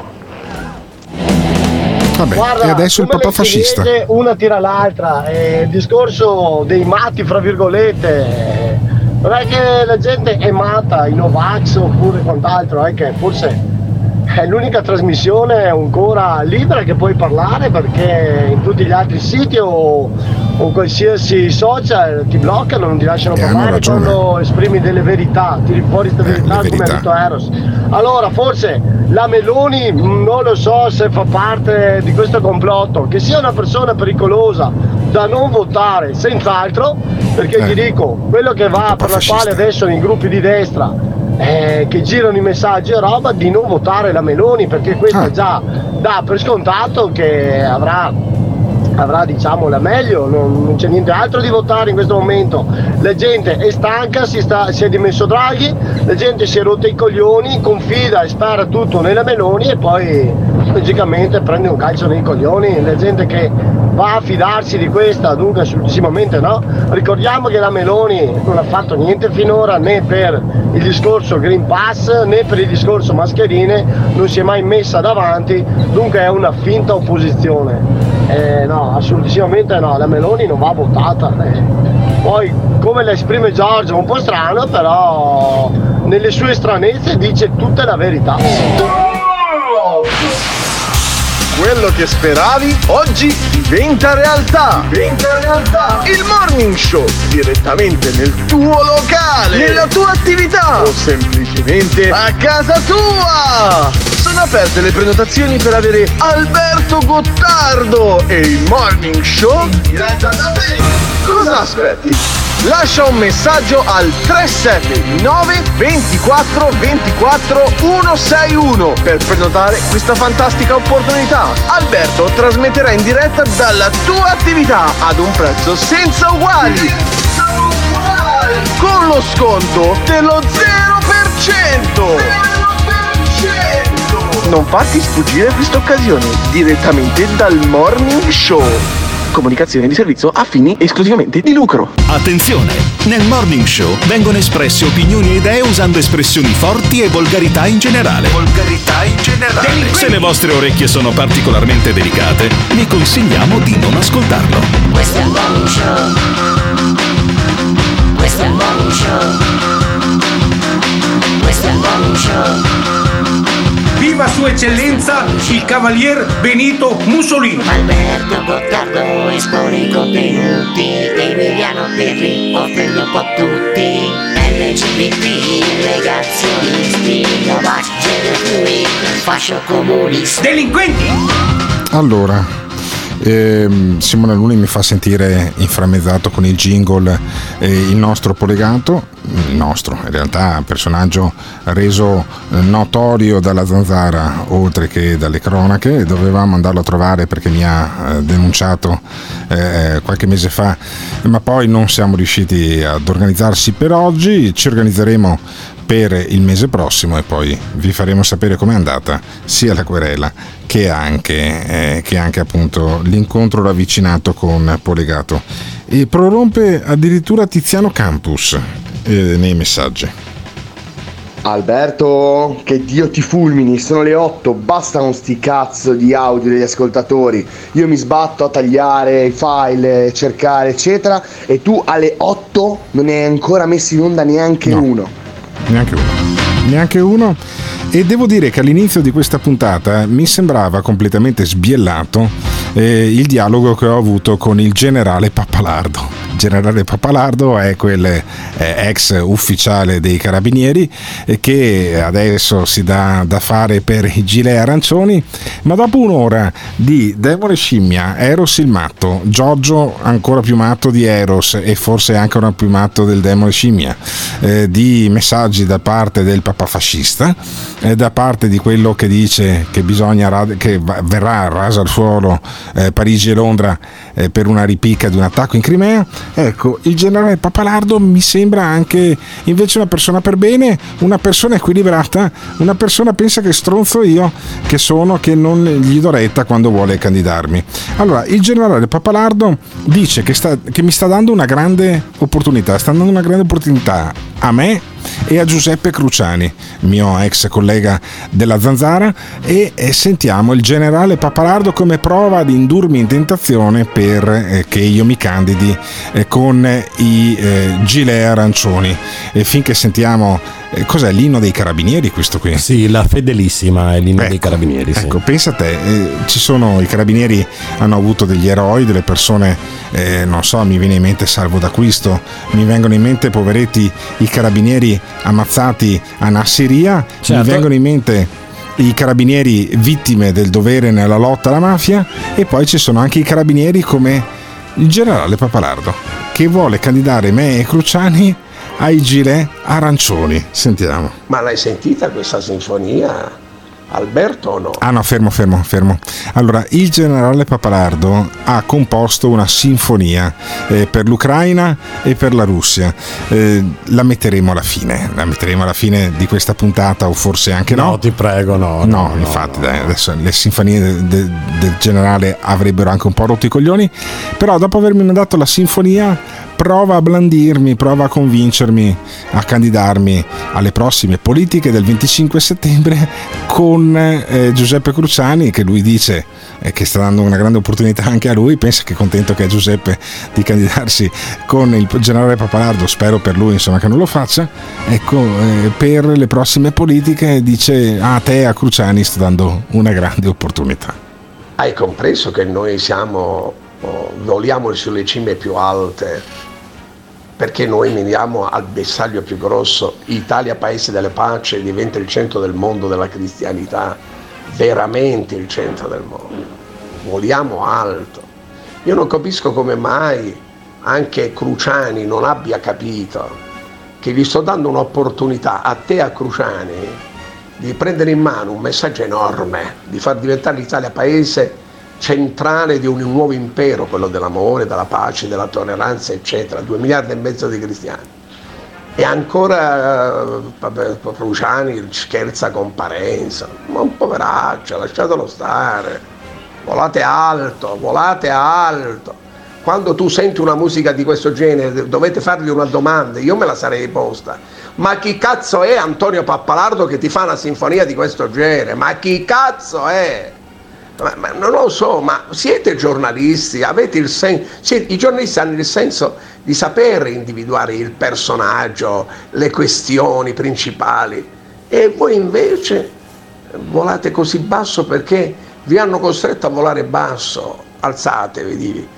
Vabbè, guarda, e adesso il papà fascista. Una tira l'altra, il discorso dei matti, fra virgolette, non è che la gente è matta, i Novax oppure quant'altro, è che forse è l'unica trasmissione ancora libera che puoi parlare, perché in tutti gli altri siti o o qualsiasi social ti bloccano, non ti lasciano parlare quando esprimi delle verità, tiri fuori queste verità come ha detto Eros. Allora forse la Meloni non lo so se fa parte di questo complotto, che sia una persona pericolosa da non votare senz'altro, perché ti dico, quello che va per la quale adesso nei gruppi di destra che girano i messaggi e roba di non votare la Meloni, perché questa già dà per scontato che avrà diciamo la meglio, non c'è niente altro di votare in questo momento. La gente è stanca, si è dimesso Draghi, la gente si è rotta i coglioni, confida e spara tutto nella Meloni e poi logicamente prende un calcio nei coglioni. La gente che va a fidarsi di questa, dunque assolutamente no. Ricordiamo che la Meloni non ha fatto niente finora, né per il discorso Green Pass né per il discorso mascherine, non si è mai messa davanti, dunque è una finta opposizione. No, assolutamente no, la Meloni non va votata. Poi come la esprime Giorgio, un po' strano, però nelle sue stranezze dice tutta la verità. Quello che speravi oggi diventa realtà. Il Morning Show direttamente nel tuo locale, nella tua attività o semplicemente a casa tua. Sono aperte le prenotazioni per avere Alberto Gottardo e il Morning Show in diretta da te. Cosa aspetti? Lascia un messaggio al 379 24 24 161 per prenotare questa fantastica opportunità. Alberto trasmetterà in diretta dalla tua attività ad un prezzo senza uguali. Con lo sconto dello 0%. Non farti sfuggire questa occasione direttamente dal Morning Show. Comunicazione di servizio a fini esclusivamente di lucro. Attenzione! Nel Morning Show vengono espresse opinioni e idee usando espressioni forti e volgarità in generale. Se le vostre orecchie sono particolarmente delicate, vi consigliamo di non ascoltarlo. Questo è il Morning Show. Questo è il Morning Show. Questo è il Morning Show. Viva Sua Eccellenza il Cavalier Benito Mussolini! Alberto Gottardo espone i contenuti, Emiliano Pirri offende un po' tutti, LGBT, negazionisti, Novax, gender fluid, fascio comunista. Delinquenti! Allora, Simone Alunni mi fa sentire inframmezzato con il jingle il nostro Polegato, in realtà personaggio reso notorio dalla Zanzara oltre che dalle cronache. Dovevamo andarlo a trovare perché mi ha denunciato qualche mese fa, ma poi non siamo riusciti ad organizzarsi per oggi. Ci organizzeremo per il mese prossimo e poi vi faremo sapere com'è andata sia la querela che anche appunto l'incontro ravvicinato con Polegato. E prorompe addirittura Tiziano Campus nei messaggi. Alberto, che Dio ti fulmini, sono le 8, basta con sti cazzo di audio degli ascoltatori. Io mi sbatto a tagliare i file, cercare eccetera, e tu alle 8 non ne hai ancora messi in onda neanche uno. Neanche uno. E devo dire che all'inizio di questa puntata mi sembrava completamente sbiellato il dialogo che ho avuto con il generale Pappalardo. Il generale Pappalardo è quel ex ufficiale dei carabinieri che adesso si dà da fare per i gilet arancioni, ma dopo un'ora di Demone Scimmia, Eros il matto, Giorgio ancora più matto di Eros e forse anche ancora più matto del Demone Scimmia, di messaggi da parte del papà fascista, da parte di quello che dice che che verrà rasa al suolo Parigi e Londra per una ripicca di un attacco in Crimea. Ecco, il generale Pappalardo mi sembra anche invece una persona per bene, una persona equilibrata, una persona pensa che stronzo io che sono, che non gli do retta quando vuole candidarmi. Allora, il generale Pappalardo dice che mi sta dando una grande opportunità, a me e a Giuseppe Cruciani, mio ex collega della Zanzara, e sentiamo il generale Pappalardo come prova ad indurmi in tentazione per che io mi candidi con i gilet arancioni. finché sentiamo cos'è l'inno dei carabinieri questo qui? Sì, la fedelissima è l'inno dei carabinieri. Sì. Ecco, pensa a te, ci sono i carabinieri, hanno avuto degli eroi, delle persone, non so, mi viene in mente Salvo d'Acquisto, mi vengono in mente, poveretti, i carabinieri ammazzati a Nassiriya, certo. Mi vengono in mente i carabinieri vittime del dovere nella lotta alla mafia, e poi ci sono anche i carabinieri come il generale Papalardo, che vuole candidare me e Cruciani ai gilet arancioni. Sentiamo. Ma l'hai sentita questa sinfonia, Alberto, o no? Ah no, fermo. Allora, il generale Papalardo ha composto una sinfonia per l'Ucraina e per la Russia. La metteremo alla fine di questa puntata, o forse anche no? No, ti prego, no. Infatti, dai, adesso le sinfonie del generale avrebbero anche un po' rotto i coglioni, però dopo avermi mandato la sinfonia prova a blandirmi, prova a convincermi a candidarmi alle prossime politiche del 25 settembre con Giuseppe Cruciani, che lui dice che sta dando una grande opportunità anche a lui. Pensa che contento che è Giuseppe di candidarsi con il generale Papalardo, spero per lui insomma che non lo faccia, ecco, per le prossime politiche dice a te, a Cruciani sto dando una grande opportunità. Hai compreso che noi voliamo sulle cime più alte, perché noi miriamo al bersaglio più grosso. Italia, paese della pace, diventa il centro del mondo della cristianità, veramente il centro del mondo. Voliamo alto. Io non capisco come mai anche Cruciani non abbia capito che gli sto dando un'opportunità a te, a Cruciani, di prendere in mano un messaggio enorme, di far diventare l'Italia paese centrale di un nuovo impero, quello dell'amore, della pace, della tolleranza, eccetera. 2,5 miliardi di cristiani. E ancora Cruciani scherza con Parenza, ma un poveraccio, lasciatelo stare. Volate alto. Quando tu senti una musica di questo genere dovete fargli una domanda, io me la sarei posta: ma chi cazzo è Antonio Pappalardo che ti fa una sinfonia di questo genere? Ma chi cazzo è? Ma non lo so, ma siete giornalisti, avete il senso, i giornalisti hanno il senso di saper individuare il personaggio, le questioni principali, e voi invece volate così basso perché vi hanno costretto a volare basso. Alzatevi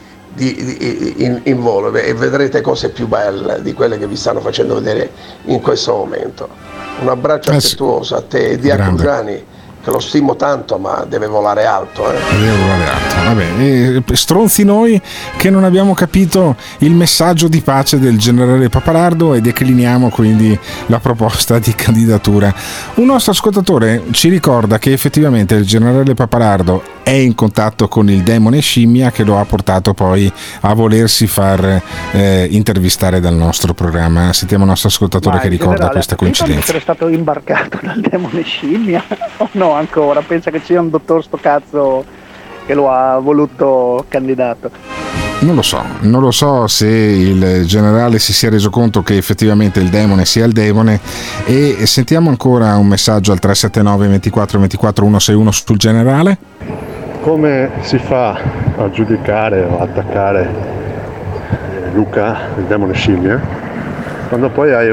in volo e vedrete cose più belle di quelle che vi stanno facendo vedere in questo momento. Un abbraccio affettuoso a te e a Cruciani, che lo stimo tanto, ma deve volare alto. Deve volare alto. Vabbè, stronzi noi che non abbiamo capito il messaggio di pace del generale Papalardo e decliniamo quindi la proposta di candidatura. Un nostro ascoltatore ci ricorda che effettivamente il generale Papalardo è in contatto con il demone scimmia, che lo ha portato poi a volersi far intervistare dal nostro programma. Sentiamo il nostro ascoltatore che ricorda questa coincidenza. Essere stato imbarcato dal demone scimmia o no ancora? Pensa che sia un dottor sto cazzo che lo ha voluto candidato? Non lo so se il generale si sia reso conto che effettivamente il demone sia il demone. E sentiamo ancora un messaggio al 379 24 24 161 sul generale. Come si fa a giudicare o attaccare Luca, il demone scimmia, quando poi hai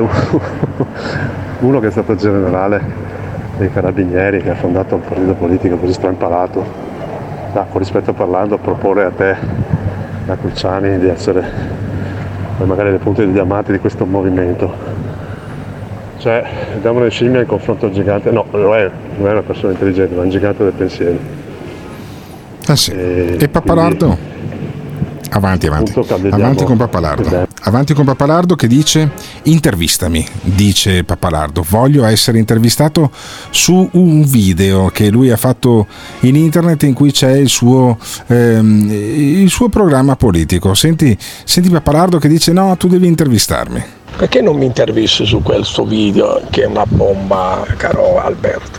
uno che è stato generale dei carabinieri, che ha fondato un partito politico così strampalato, con rispetto parlando, proporre a te, a Cruciani, di essere magari le punte di diamante di questo movimento? Cioè, il demone scimmia in confronto al gigante, no, non è una persona intelligente, ma è un gigante del pensiero. Sì. E Papalardo? Avanti con Papalardo. Avanti con Papalardo, che dice: intervistami, dice Papalardo, voglio essere intervistato su un video che lui ha fatto in internet in cui c'è il suo programma politico. Senti Papalardo che dice: no, tu devi intervistarmi. Perché non mi intervisti su questo video che è una bomba, caro Alberto?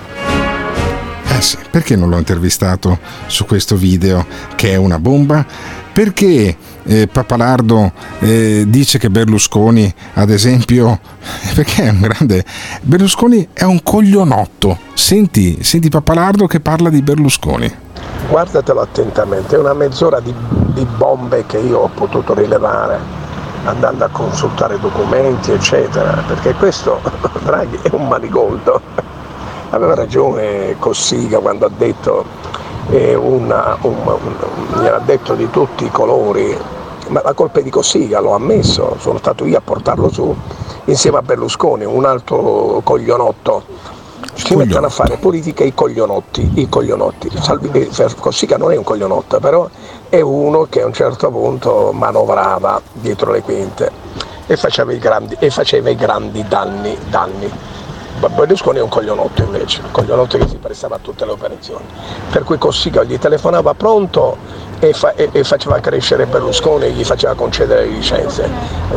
Sì, perché non l'ho intervistato su questo video che è una bomba? Perché Papalardo dice che Berlusconi, ad esempio, perché è un grande... Berlusconi è un coglionotto. Senti Papalardo che parla di Berlusconi. Guardatelo attentamente, è una mezz'ora di bombe che io ho potuto rilevare. andando a consultare documenti eccetera, perché questo Draghi è un manigoldo. Aveva ragione Cossiga quando ha detto mi ha detto di tutti i colori, ma la colpa è di Cossiga, l'ho ammesso, sono stato io a portarlo su insieme a Berlusconi, un altro coglionotto. Si mettono a fare politica i coglionotti. Cossiga non è un coglionotto, però è uno che a un certo punto manovrava dietro le quinte e faceva i grandi danni. Berlusconi è un coglionotto invece, un coglionotto che si prestava a tutte le operazioni, per cui Cossiga gli telefonava pronto e faceva crescere Berlusconi e gli faceva concedere le licenze.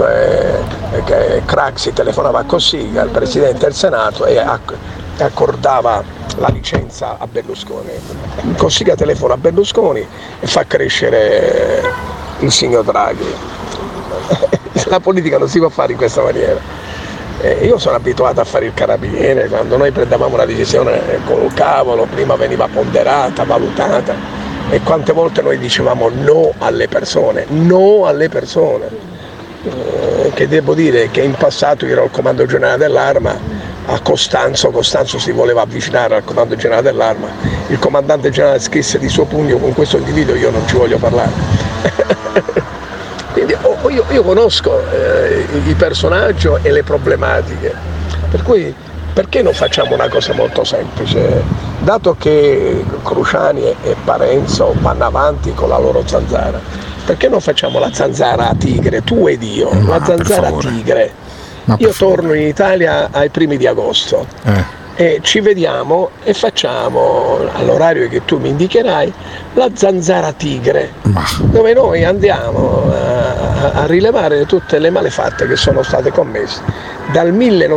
Craxi telefonava a Cossiga, il Presidente del Senato, e accordava la licenza a Berlusconi. Cossiga telefona a Berlusconi e fa crescere il signor Draghi. La politica non si può fare in questa maniera. Io sono abituato a fare il carabiniere, quando noi prendevamo una decisione con il cavolo, prima veniva ponderata, valutata, e quante volte noi dicevamo no alle persone, che devo dire che in passato io ero al comando generale dell'Arma, a Costanzo si voleva avvicinare al comando generale dell'Arma, il comandante generale scrisse di suo pugno: con questo individuo io non ci voglio parlare. Quindi io conosco il personaggio e le problematiche, per cui perché non facciamo una cosa molto semplice? Dato che Cruciani e Parenzo vanno avanti con la loro zanzara, perché non facciamo la zanzara a tigre, tu ed io, la zanzara a tigre? Io torno in Italia ai primi di agosto e ci vediamo e facciamo, all'orario che tu mi indicherai, la zanzara tigre, dove noi andiamo a rilevare tutte le malefatte che sono state commesse dal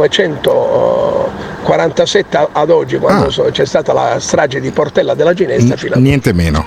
1947 ad oggi, quando c'è stata la strage di Portella della Ginestra, fino a niente meno.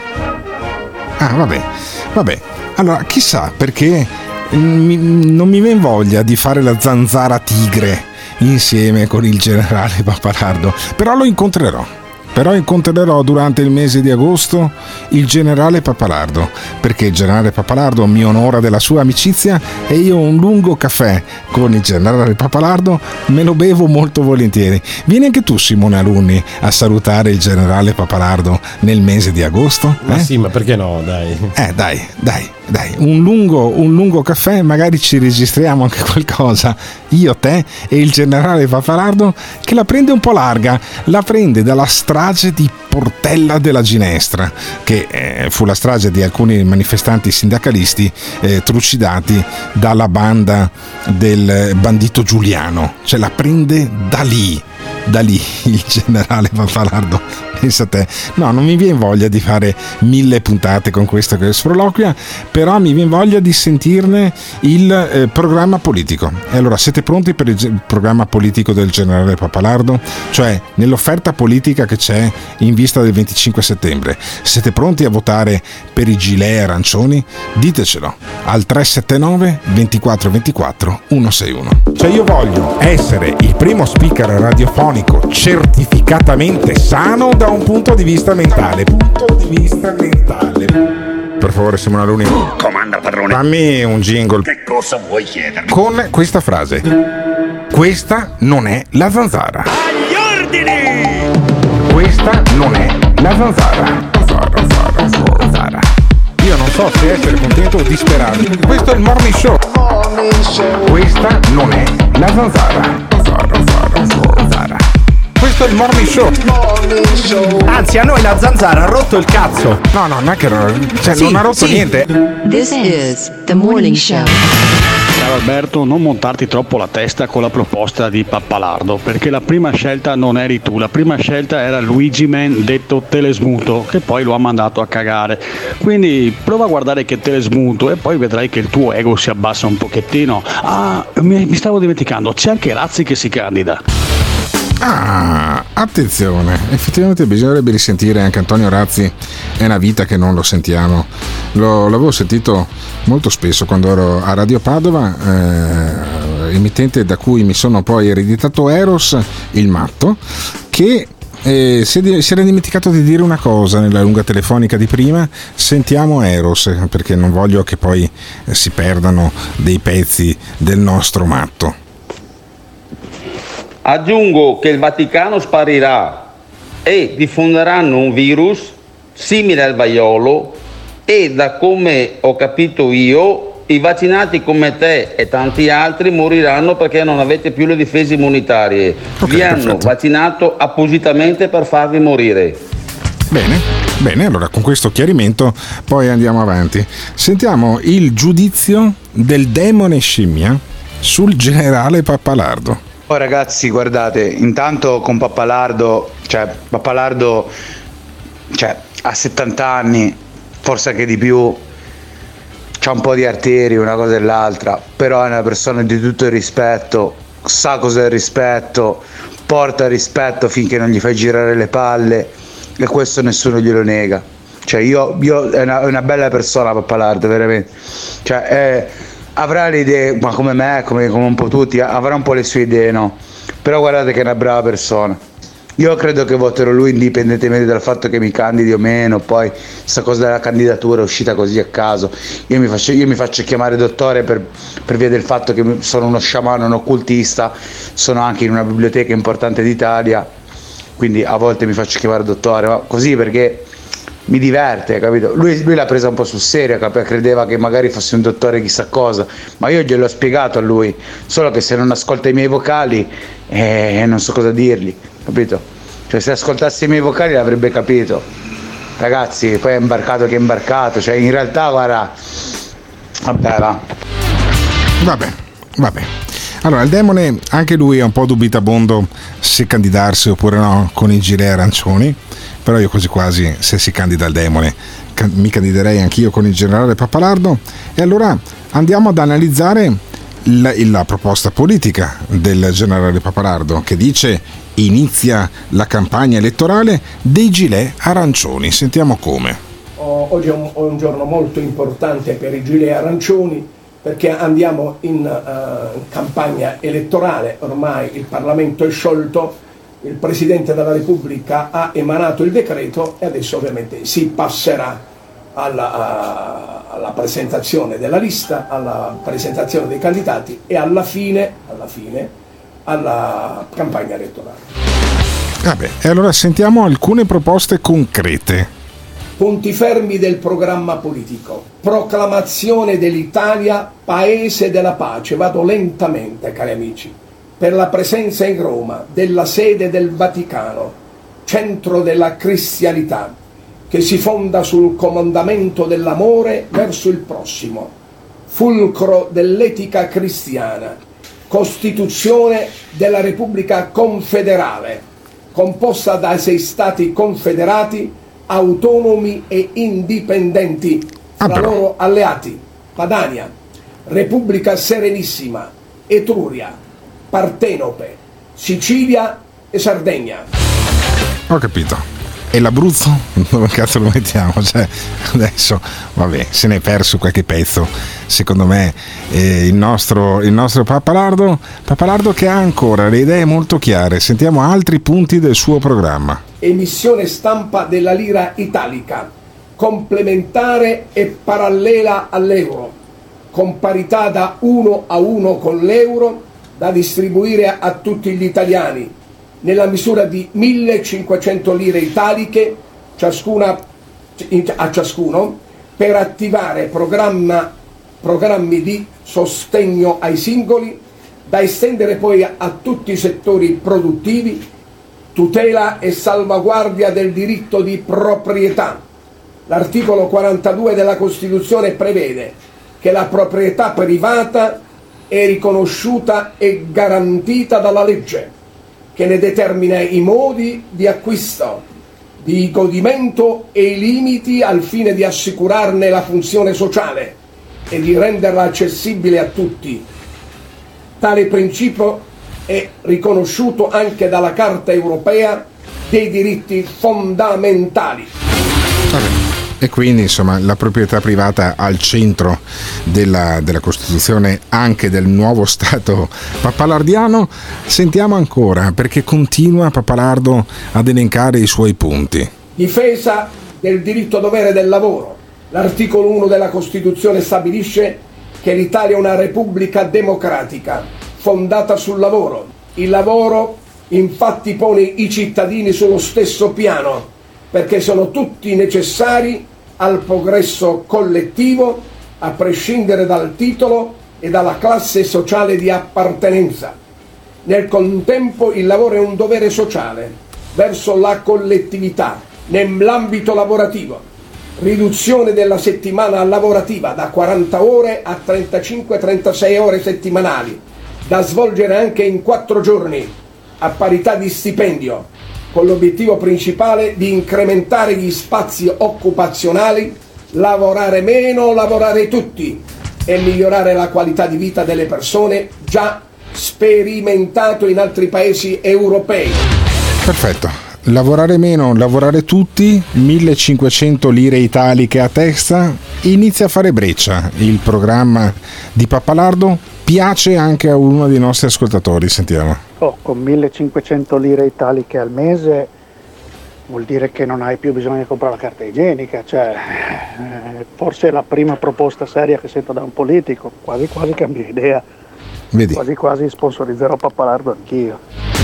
Vabbè. Allora, chissà perché non mi viene voglia di fare la zanzara tigre insieme con il generale Pappalardo, però lo incontrerò durante il mese di agosto il generale Pappalardo, perché il generale Pappalardo mi onora della sua amicizia e io un lungo caffè con il generale Pappalardo me lo bevo molto volentieri. Vieni anche tu, Simone Alunni, a salutare il generale Pappalardo nel mese di agosto? Ma sì, ma perché no, dai. Dai, un lungo caffè, magari ci registriamo anche qualcosa, io, te e il generale Pappalardo, che la prende un po' larga, la prende dalla strage di Portella della Ginestra, che fu la strage di alcuni manifestanti sindacalisti trucidati dalla banda del bandito Giuliano, cioè la prende da lì il generale Pappalardo. Pensa a te. No, non mi viene voglia di fare 1000 puntate con questo che sproloquia, però mi viene voglia di sentirne il programma politico. E allora, siete pronti per il programma politico del generale Pappalardo? Cioè, nell'offerta politica che c'è in vista del 25 settembre, siete pronti a votare per i gilet arancioni? Ditecelo al 379 24 24 161. Cioè, io voglio essere il primo speaker radiofonico certificatamente sano da un punto di vista mentale. Per favore, Simone Alunni, comanda, padrone. Fammi un jingle. Che cosa vuoi chiedermi? Con questa frase: questa non è la zanzara. Agli ordini! Questa non è la zanzara. Zanzara. Io non so se essere contento o disperato. Questo è il Morning Show. Questa non è la zanzara. Zanzara. Questo è il Morning Show. Anzi, a noi la zanzara ha rotto il cazzo. No, non è che non ha rotto niente. This is the Morning Show. Caro Alberto, non montarti troppo la testa con la proposta di Pappalardo, perché la prima scelta non eri tu, la prima scelta era Luigi Man, detto Telesmuto, che poi lo ha mandato a cagare. Quindi prova a guardare che Telesmuto e poi vedrai che il tuo ego si abbassa un pochettino. Ah, mi stavo dimenticando, c'è anche Razzi che si candida. Ah, attenzione, effettivamente bisognerebbe risentire anche Antonio Razzi, è una vita che non lo sentiamo. L'avevo sentito molto spesso quando ero a Radio Padova, emittente da cui mi sono poi ereditato Eros, il matto, che si era dimenticato di dire una cosa nella lunga telefonica di prima. Sentiamo Eros, perché non voglio che poi si perdano dei pezzi del nostro matto. Aggiungo che il Vaticano sparirà e diffonderanno un virus simile al vaiolo e, da come ho capito io, i vaccinati come te e tanti altri moriranno perché non avete più le difese immunitarie. Vi hanno vaccinato appositamente per farvi morire. Bene, allora con questo chiarimento poi andiamo avanti. Sentiamo il giudizio del demone scimmia sul generale Pappalardo. Oh ragazzi, guardate, intanto con Pappalardo ha 70 anni, forse anche di più, c'ha un po' di arterie, una cosa e l'altra, però è una persona di tutto il rispetto, sa cos'è il rispetto, porta rispetto finché non gli fai girare le palle, e questo nessuno glielo nega. Cioè io è una bella persona Pappalardo, veramente. Cioè avrà le idee, ma come me, come un po' tutti, avrà un po' le sue idee, no? Però guardate che è una brava persona. Io credo che voterò lui indipendentemente dal fatto che mi candidi o meno. Poi sta cosa della candidatura è uscita così a caso. Io mi faccio chiamare dottore per via del fatto che sono uno sciamano, un occultista, sono anche in una biblioteca importante d'Italia, quindi a volte mi faccio chiamare dottore, ma così perché mi diverte, capito? Lui l'ha presa un po' sul serio, credeva che magari fosse un dottore chissà cosa, ma io gliel'ho spiegato a lui, solo che se non ascolta i miei vocali non so cosa dirgli, capito? Cioè se ascoltasse i miei vocali l'avrebbe capito. Ragazzi, poi è imbarcato che è imbarcato, cioè in realtà guarda, Vabbè. Allora, il demone, anche lui è un po' dubitabondo se candidarsi oppure no con i gilet arancioni, però io quasi quasi, se si candida il demone, mi candiderei anch'io con il generale Pappalardo. E allora andiamo ad analizzare la proposta politica del generale Pappalardo, che dice: inizia la campagna elettorale dei gilet arancioni. Sentiamo come. Oggi è un giorno molto importante per i gilet arancioni, perché andiamo in campagna elettorale. Ormai il Parlamento è sciolto, il Presidente della Repubblica ha emanato il decreto e adesso ovviamente si passerà alla presentazione della lista, alla presentazione dei candidati e alla fine alla campagna elettorale. Vabbè, e allora sentiamo alcune proposte concrete. Punti fermi del programma politico: proclamazione dell'Italia paese della pace. Vado lentamente, cari amici. Per la presenza in Roma della sede del Vaticano, centro della cristianità, che si fonda sul comandamento dell'amore verso il prossimo, fulcro dell'etica cristiana, costituzione della Repubblica Confederale, composta da 6 stati confederati autonomi e indipendenti tra loro alleati: Padania, Repubblica Serenissima, Etruria, Partenope, Sicilia e Sardegna. Ho capito. E l'Abruzzo? Dove cazzo lo mettiamo? Cioè, adesso, vabbè, se ne è perso qualche pezzo. Secondo me il nostro Pappalardo che ha ancora le idee molto chiare. Sentiamo altri punti del suo programma. Emissione stampa della lira italica, complementare e parallela all'euro, con parità da 1-1 con l'euro, da distribuire a tutti gli italiani, nella misura di 1.500 lire italiche a ciascuno, per attivare programmi di sostegno ai singoli, da estendere poi a tutti i settori produttivi, tutela e salvaguardia del diritto di proprietà. L'articolo 42 della Costituzione prevede che la proprietà privata è riconosciuta e garantita dalla legge, che ne determina i modi di acquisto, di godimento e i limiti al fine di assicurarne la funzione sociale e di renderla accessibile a tutti. Tale principio è riconosciuto anche dalla Carta Europea dei diritti fondamentali. E quindi insomma la proprietà privata al centro della Costituzione, anche del nuovo Stato papalardiano. Sentiamo ancora, perché continua Papalardo ad elencare i suoi punti. Difesa del diritto dovere del lavoro. L'articolo 1 della Costituzione stabilisce che l'Italia è una repubblica democratica fondata sul lavoro. Il lavoro infatti pone i cittadini sullo stesso piano, perché sono tutti necessari al progresso collettivo, a prescindere dal titolo e dalla classe sociale di appartenenza. Nel contempo il lavoro è un dovere sociale verso la collettività nell'ambito lavorativo. Riduzione della settimana lavorativa da 40 ore a 35-36 ore settimanali, da svolgere anche in 4 giorni, a parità di stipendio, con l'obiettivo principale di incrementare gli spazi occupazionali, lavorare meno, lavorare tutti e migliorare la qualità di vita delle persone, già sperimentato in altri paesi europei. Perfetto. Lavorare meno, lavorare tutti, 1500 lire italiche a testa, inizia a fare breccia. Il programma di Papalardo piace anche a uno dei nostri ascoltatori, sentiamo. Con 1500 lire italiche al mese vuol dire che non hai più bisogno di comprare la carta igienica, cioè forse è la prima proposta seria che sento da un politico, quasi quasi cambio idea. Vedi? Quasi quasi sponsorizzerò Papalardo anch'io.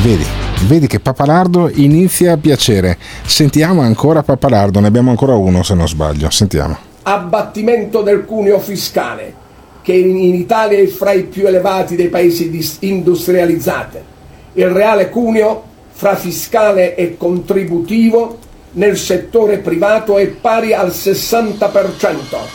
Vedi che Papalardo inizia a piacere. Sentiamo ancora Papalardo, ne abbiamo ancora uno se non sbaglio, sentiamo. Abbattimento del cuneo fiscale, che in Italia è fra i più elevati dei paesi industrializzati. Il reale cuneo fra fiscale e contributivo nel settore privato è pari al 60%.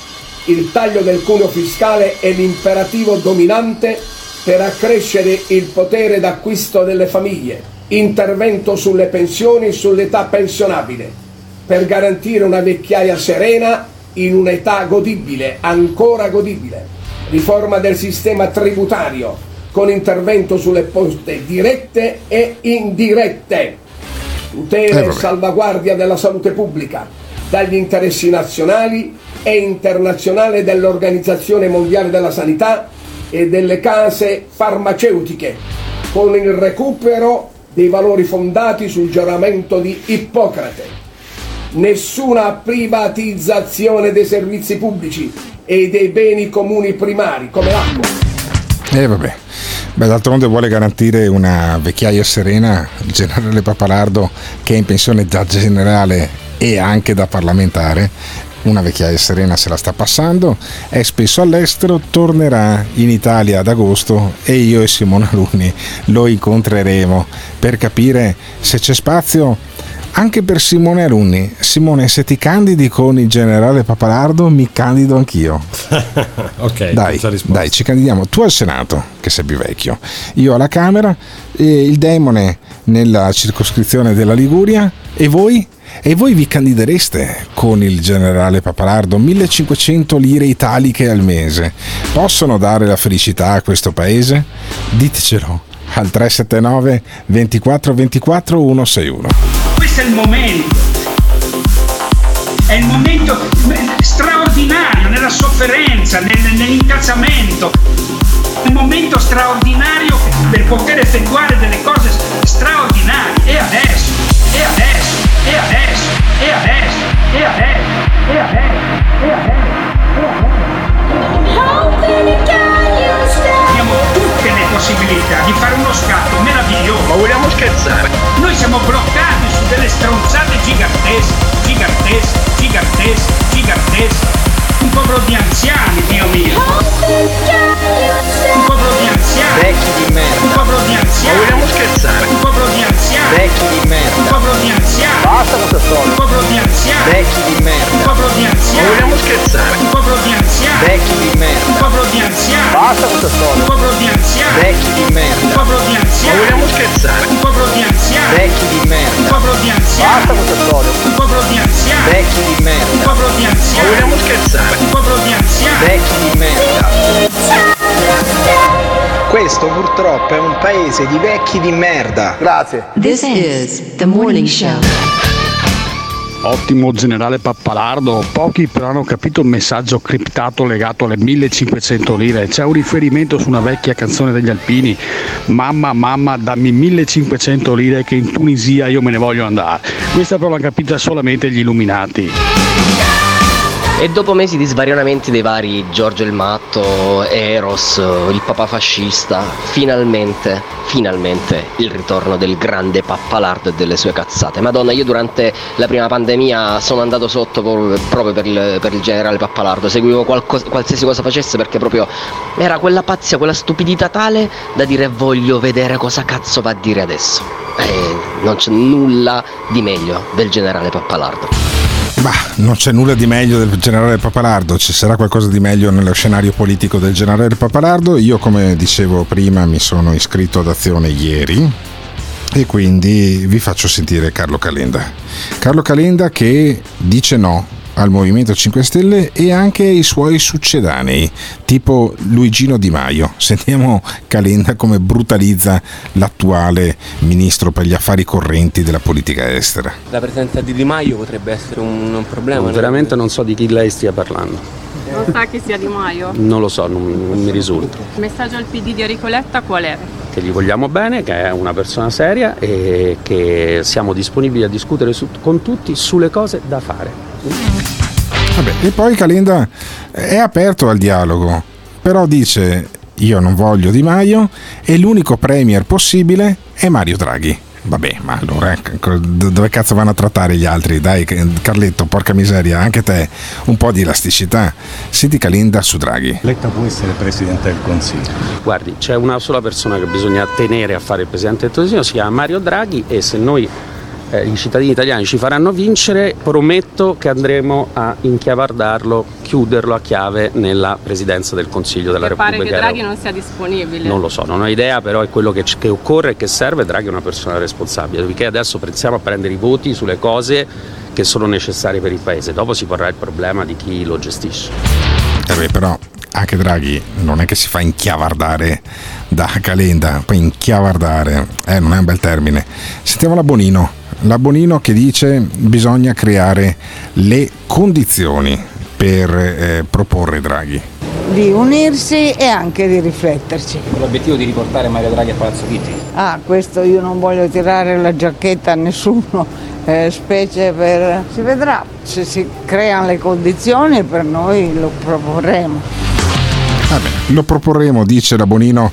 Il taglio del cuneo fiscale è l'imperativo dominante per accrescere il potere d'acquisto delle famiglie. Intervento sulle pensioni e sull'età pensionabile per garantire una vecchiaia serena in un'età godibile, ancora godibile. Riforma del sistema tributario con intervento sulle poste dirette e indirette. Tutela e salvaguardia della salute pubblica dagli interessi nazionali e internazionali dell'Organizzazione Mondiale della Sanità e delle case farmaceutiche, con il recupero dei valori fondati sul giuramento di Ippocrate. Nessuna privatizzazione dei servizi pubblici e dei beni comuni primari come l'acqua. D'altronde vuole garantire una vecchiaia serena il generale Papalardo, che è in pensione da generale e anche da parlamentare. Una vecchiaia serena se la sta passando, è spesso all'estero, tornerà in Italia ad agosto e io e Simone Alunni lo incontreremo per capire se c'è spazio anche per Simone Alunni. Simone, se ti candidi con il generale Papalardo, mi candido anch'io. Ok, dai, ci candidiamo. Tu al Senato, che sei più vecchio, io alla Camera, e il Demone nella circoscrizione della Liguria, e voi? E voi vi candidereste con il generale Papalardo? 1500 lire italiche al mese possono dare la felicità a questo paese? Ditecelo al 379 24 24 161. Questo è il momento straordinario nella sofferenza, nell'incazzamento, un momento straordinario per poter effettuare delle cose straordinarie. E adesso. Abbiamo tutte le possibilità di fare uno scatto meraviglioso. Ma vogliamo scherzare? Noi siamo bloccati su delle stronzate gigantesche. Un popolo di anziani, Dio mio. Un popolo di anziani. Vecchi di merda. Un popolo di anziani. Ma vogliamo scherzare? Un popolo di anziani. Vecchi di merda. Un popolo di anziani. Basta questa storia. Un popolo di anziani. Vecchi di merda. Un popolo di anziani. Ma vogliamo scherzare? Un popolo di anziani. Vecchi di merda. Un popolo di anziani. Basta questa storia. Un popolo di anziani. Vecchi di merda. Un popolo di anziani. Ma vogliamo scherzare? Un popolo di anziani. Vecchi di merda. Un popolo di anziani. Basta questa storia. Un popolo di anziani. Vecchi di merda. Un popolo di anziani. Ma vogliamo scherzare? Un popolo di anziani. Vecchi di merda. Questo purtroppo è un paese di vecchi di merda. Grazie. This is the morning show. Ottimo generale Pappalardo, pochi però hanno capito il messaggio criptato legato alle 1500 lire. C'è un riferimento su una vecchia canzone degli Alpini: mamma mamma dammi 1500 lire che in Tunisia io me ne voglio andare. Questa però l'hanno capita solamente gli illuminati. E dopo mesi di svarionamenti dei vari Giorgio il Matto, Eros, il papà fascista, finalmente il ritorno del grande Pappalardo e delle sue cazzate. Madonna, io durante la prima pandemia sono andato sotto proprio per il generale Pappalardo, seguivo qualsiasi cosa facesse, perché proprio era quella pazzia, quella stupidità tale da dire voglio vedere cosa cazzo va a dire adesso. Non c'è nulla di meglio del generale Pappalardo. Ma non c'è nulla di meglio del generale Pappalardo, ci sarà qualcosa di meglio nello scenario politico del generale Pappalardo. Io, come dicevo prima, mi sono iscritto ad Azione ieri e quindi vi faccio sentire Carlo Calenda. Carlo Calenda che dice no al Movimento 5 Stelle e anche ai suoi succedanei, tipo Luigino Di Maio. Sentiamo Calenda come brutalizza l'attuale ministro per gli affari correnti della politica estera. La presenza di Di Maio potrebbe essere un problema? Veramente non so di chi lei stia parlando. Non sa chi sia Di Maio? Non lo so, non mi risulta. Il messaggio al PD di Enrico Letta qual è? Che gli vogliamo bene, che è una persona seria e che siamo disponibili a discutere con tutti sulle cose da fare. Vabbè, e poi Calenda è aperto al dialogo, però dice io non voglio Di Maio e l'unico premier possibile è Mario Draghi. Vabbè, ma allora dove cazzo vanno a trattare gli altri? Dai Carletto, porca miseria, anche te un po' di elasticità. Senti Calenda su Draghi. Letta può essere Presidente del Consiglio. Guardi, c'è una sola persona che bisogna tenere a fare il Presidente del Consiglio, si chiama Mario Draghi, e se noi i cittadini italiani ci faranno vincere, prometto che andremo a inchiavardarlo, chiuderlo a chiave nella Presidenza del Consiglio della Repubblica. Pare che Draghi non sia disponibile. Non lo so, non ho idea, però è quello che occorre e che serve. Draghi è una persona responsabile, perché adesso pensiamo a prendere i voti sulle cose che sono necessarie per il Paese, dopo si porrà il problema di chi lo gestisce. Però anche Draghi non è che si fa inchiavardare da Calenda, poi inchiavardare non è un bel termine. Sentiamo la Bonino che dice bisogna creare le condizioni per proporre Draghi. Di unirsi e anche di rifletterci. L'obiettivo di riportare Mario Draghi a Palazzo Chigi? Questo io non voglio tirare la giacchetta a nessuno, specie per... si vedrà, se si creano le condizioni per noi lo proporremo. Lo proporremo, dice la Bonino,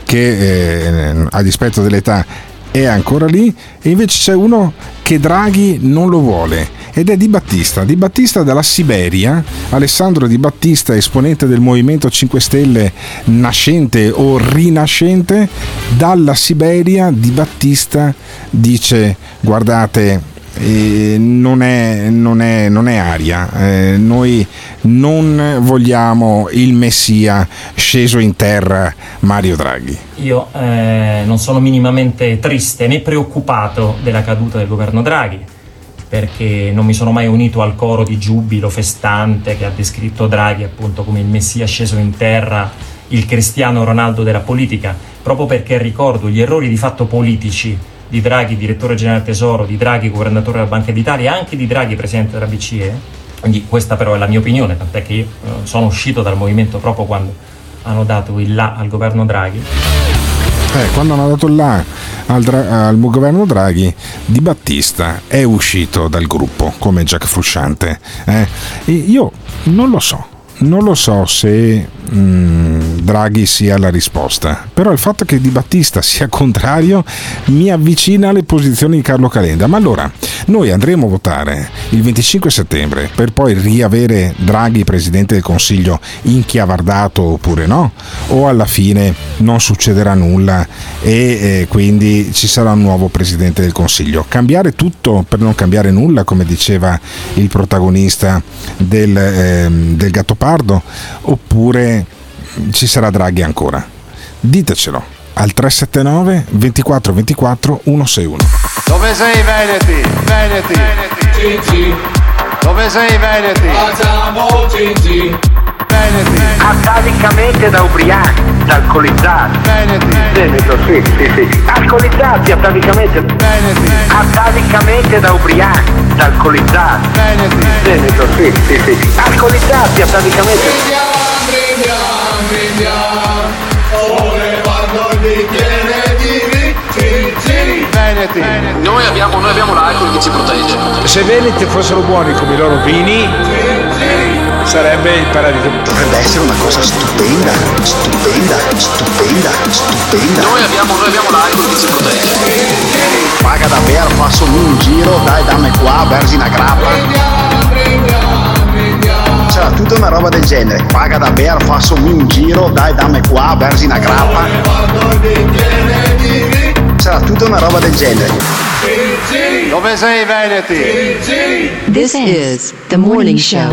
che a dispetto dell'età è ancora lì, e invece c'è uno che Draghi non lo vuole ed è Di Battista dalla Siberia. Alessandro Di Battista, esponente del Movimento 5 Stelle nascente o rinascente, dalla Siberia Di Battista dice guardate, non è aria, noi non vogliamo il messia sceso in terra Mario Draghi. Io non sono minimamente triste né preoccupato della caduta del governo Draghi, perché non mi sono mai unito al coro di giubilo festante che ha descritto Draghi appunto come il messia sceso in terra, il Cristiano Ronaldo della politica, proprio perché ricordo gli errori di fatto politici di Draghi, direttore generale del Tesoro, di Draghi, governatore della Banca d'Italia, e anche di Draghi, presidente della BCE. Quindi questa però è la mia opinione, tant'è che io sono uscito dal movimento proprio quando hanno dato il là al governo Draghi. Quando hanno dato il là al governo Draghi, Di Battista è uscito dal gruppo come Jack Frusciante. E io non lo so se Draghi sia la risposta, però il fatto che Di Battista sia contrario mi avvicina alle posizioni di Carlo Calenda. Ma allora noi andremo a votare il 25 settembre per poi riavere Draghi Presidente del Consiglio inchiavardato oppure no? O alla fine non succederà nulla e quindi ci sarà un nuovo Presidente del Consiglio? Cambiare tutto per non cambiare nulla, come diceva il protagonista del Gattopardo, oppure ci sarà Draghi ancora? Ditecelo al 379 24 24 161. Dove sei Veneti? Gigi. Dove sei Veneti? Facciamo Gigi. Atavicamente da ubriachi, da alcolizzati. Veneto, sì. Alcolizzati atavicamente. Atavicamente da ubriachi, da alcolizzati. Veneto, sì. Alcolizzati atavicamente. Noi abbiamo l'alcol che ci protegge. Se Veneti fossero buoni come i loro vini, sarebbe il paradiso. Dovrebbe essere una cosa stupenda. Noi abbiamo l'alcol che ci protegge. Paga davvero, faccio un giro, dai dammi qua, versi una grappa. C'era tutta una roba del genere. Paga davvero, faccio un giro, dai dammi qua, versi una grappa. C'era tutta una roba del genere. Dove sei, Veneti? This is the morning show.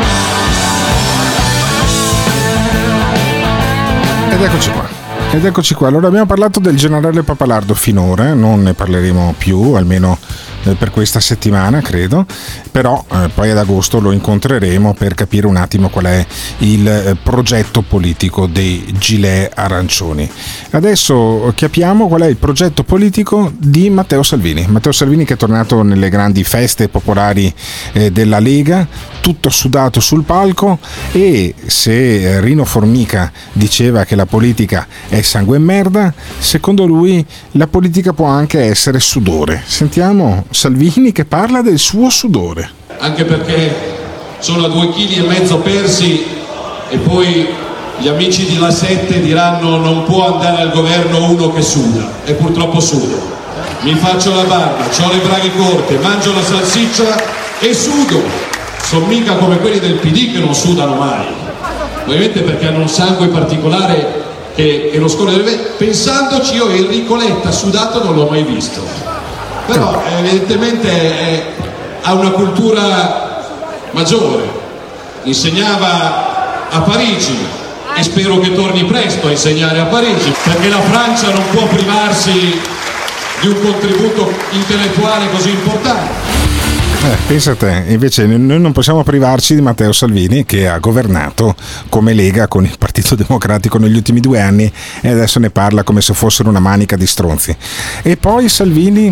Ed eccoci qua. Allora abbiamo parlato del generale Papalardo finora, non ne parleremo più, almeno per questa settimana credo, però poi ad agosto lo incontreremo per capire un attimo qual è il progetto politico dei gilet arancioni. Adesso capiamo qual è il progetto politico di Matteo Salvini che è tornato nelle grandi feste popolari della Lega, tutto sudato sul palco, e se Rino Formica diceva che la politica è sangue e merda, secondo lui la politica può anche essere sudore. Sentiamo Salvini che parla del suo sudore. Anche perché sono a 2,5 kg persi e poi gli amici di La 7 diranno non può andare al governo uno che suda, e purtroppo sudo. Mi faccio la barba, ho le braghe corte, mangio la salsiccia e sudo. Sono mica come quelli del PD che non sudano mai, ovviamente perché hanno un sangue particolare che lo scorre. Pensandoci, io Enrico Letta sudato non l'ho mai visto, però evidentemente ha una cultura maggiore, insegnava a Parigi e spero che torni presto a insegnare a Parigi, perché la Francia non può privarsi di un contributo intellettuale così importante. Pensa a te, invece noi non possiamo privarci di Matteo Salvini, che ha governato come Lega con il Partito Democratico negli ultimi 2 anni e adesso ne parla come se fossero una manica di stronzi. E poi Salvini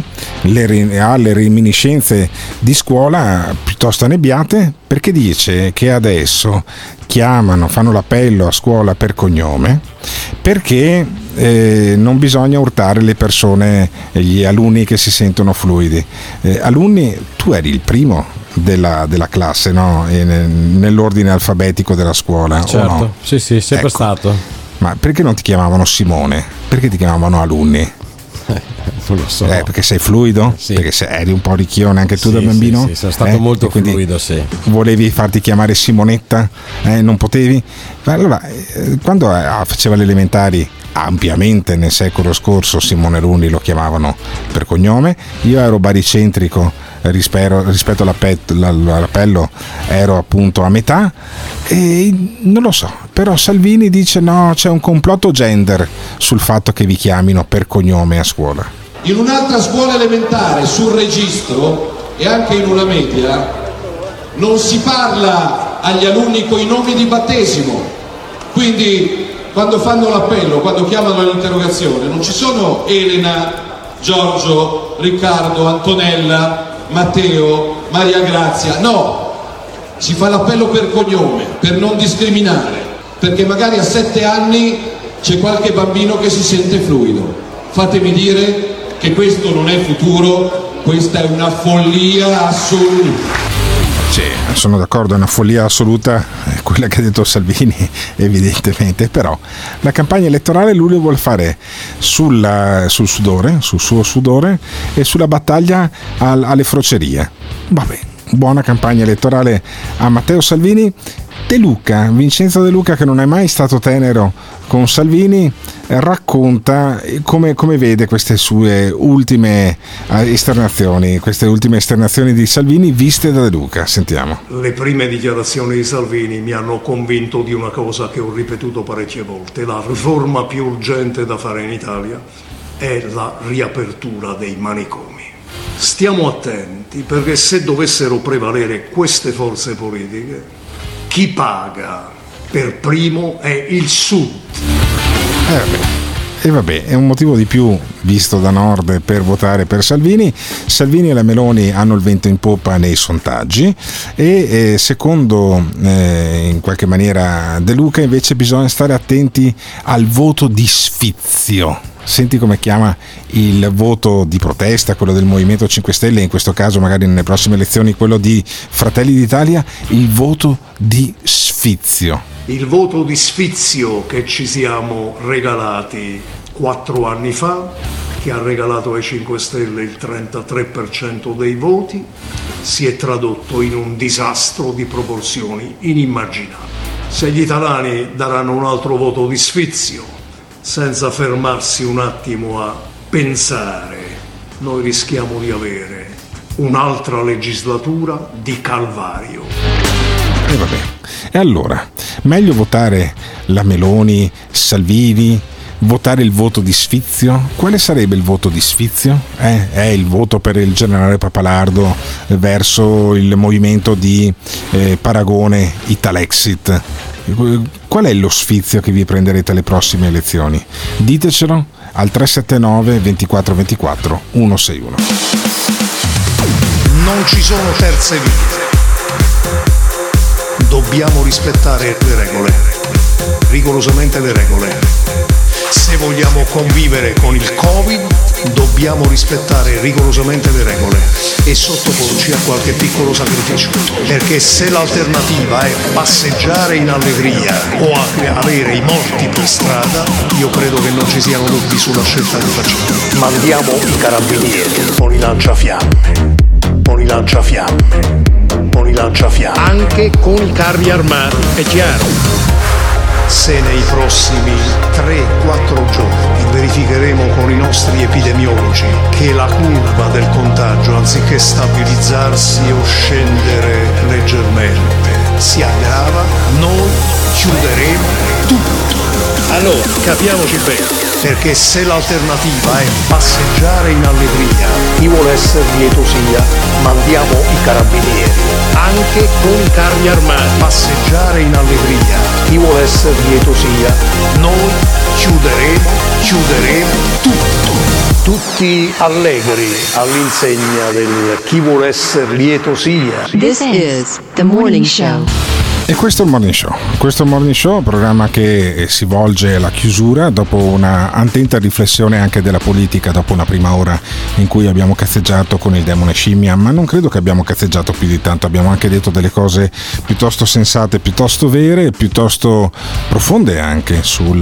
ha le reminiscenze di scuola piuttosto annebbiate, perché dice che adesso fanno l'appello a scuola per cognome, perché non bisogna urtare le persone, gli alunni che si sentono fluidi. Alunni, tu eri il primo della classe, no? Nell'ordine alfabetico della scuola, certo, o no? Sì, sempre stato. Ma perché non ti chiamavano Simone? Perché ti chiamavano alunni? Non lo so. Perché sei fluido? Sì. Perché eri un po' ricchione anche tu da bambino? Sì, sono stato molto fluido, sì. Volevi farti chiamare Simonetta? Non potevi? Allora, quando faceva le elementari, ampiamente nel secolo scorso Simone Runi lo chiamavano per cognome. Io ero baricentrico rispetto all'appello, ero appunto a metà, e non lo so, però Salvini dice no, c'è un complotto gender sul fatto che vi chiamino per cognome a scuola. In un'altra scuola elementare sul registro e anche in una media non si parla agli alunni con i nomi di battesimo, quindi quando fanno l'appello, quando chiamano l'interrogazione, non ci sono Elena, Giorgio, Riccardo, Antonella, Matteo, Maria Grazia, no, si fa l'appello per cognome, per non discriminare, perché magari a 7 anni c'è qualche bambino che si sente fluido. Fatemi dire che questo non è futuro, questa è una follia assoluta. Sì, sono d'accordo, è una follia assoluta quella che ha detto Salvini, evidentemente, però la campagna elettorale lui lo vuole fare sul sudore, sul suo sudore e sulla battaglia alle frocerie. Vabbè, buona campagna elettorale a Matteo Salvini. Vincenzo De Luca, che non è mai stato tenero con Salvini, racconta come vede queste sue ultime esternazioni, di Salvini viste da De Luca. Sentiamo. Le prime dichiarazioni di Salvini mi hanno convinto di una cosa che ho ripetuto parecchie volte: la riforma più urgente da fare in Italia è la riapertura dei manicomi. Stiamo attenti, perché se dovessero prevalere queste forze politiche, chi paga per primo è il Sud. E vabbè, è un motivo di più, visto da Nord, per votare per Salvini. Salvini e la Meloni hanno il vento in poppa nei sondaggi e secondo in qualche maniera De Luca invece bisogna stare attenti al voto di sfizio. Senti come chiama il voto di protesta, quello del Movimento 5 Stelle, in questo caso magari nelle prossime elezioni quello di Fratelli d'Italia, il voto di sfizio. Il voto di sfizio che ci siamo regalati 4 anni fa, che ha regalato ai 5 Stelle il 33% dei voti, si è tradotto in un disastro di proporzioni inimmaginabili. Se gli italiani daranno un altro voto di sfizio, senza fermarsi un attimo a pensare, noi rischiamo di avere un'altra legislatura di calvario. E vabbè, e allora, meglio votare la Meloni, Salvini, votare il voto di sfizio? Quale sarebbe il voto di sfizio? È il voto per il generale Papalardo verso il movimento di paragone Italexit. Qual è lo sfizio che vi prenderete alle prossime elezioni? Ditecelo al 379 24 24 161. Non ci sono terze vie. Dobbiamo rispettare le regole, rigorosamente le regole. Se vogliamo convivere con il Covid, dobbiamo rispettare rigorosamente le regole e sottoporci a qualche piccolo sacrificio. Perché se l'alternativa è passeggiare in allegria o avere i morti per strada, io credo che non ci siano dubbi sulla scelta che facciamo. Mandiamo i carabinieri con i lanciafiamme, con i lanciafiamme, con i lanciafiamme, anche con i carri armati, è chiaro. Se nei prossimi 3-4 giorni verificheremo con i nostri epidemiologi che la curva del contagio, anziché stabilizzarsi o scendere leggermente, si aggrava, noi chiuderemo tutto. Allora, capiamoci bene, perché se l'alternativa è passeggiare in allegria, chi vuole essere lieto sia, mandiamo i carabinieri, anche con i carri armati. Passeggiare in allegria, chi vuole essere lieto sia, noi chiuderemo tutto. Tutti allegri all'insegna del chi vuole essere lieto sia. This is the morning show. E questo è il Morning Show. Questo è il Morning Show, programma che si volge alla chiusura dopo una attenta riflessione anche della politica, dopo una prima ora in cui abbiamo cazzeggiato con il demone scimmia, ma non credo che abbiamo cazzeggiato più di tanto, abbiamo anche detto delle cose piuttosto sensate, piuttosto vere, piuttosto profonde anche sul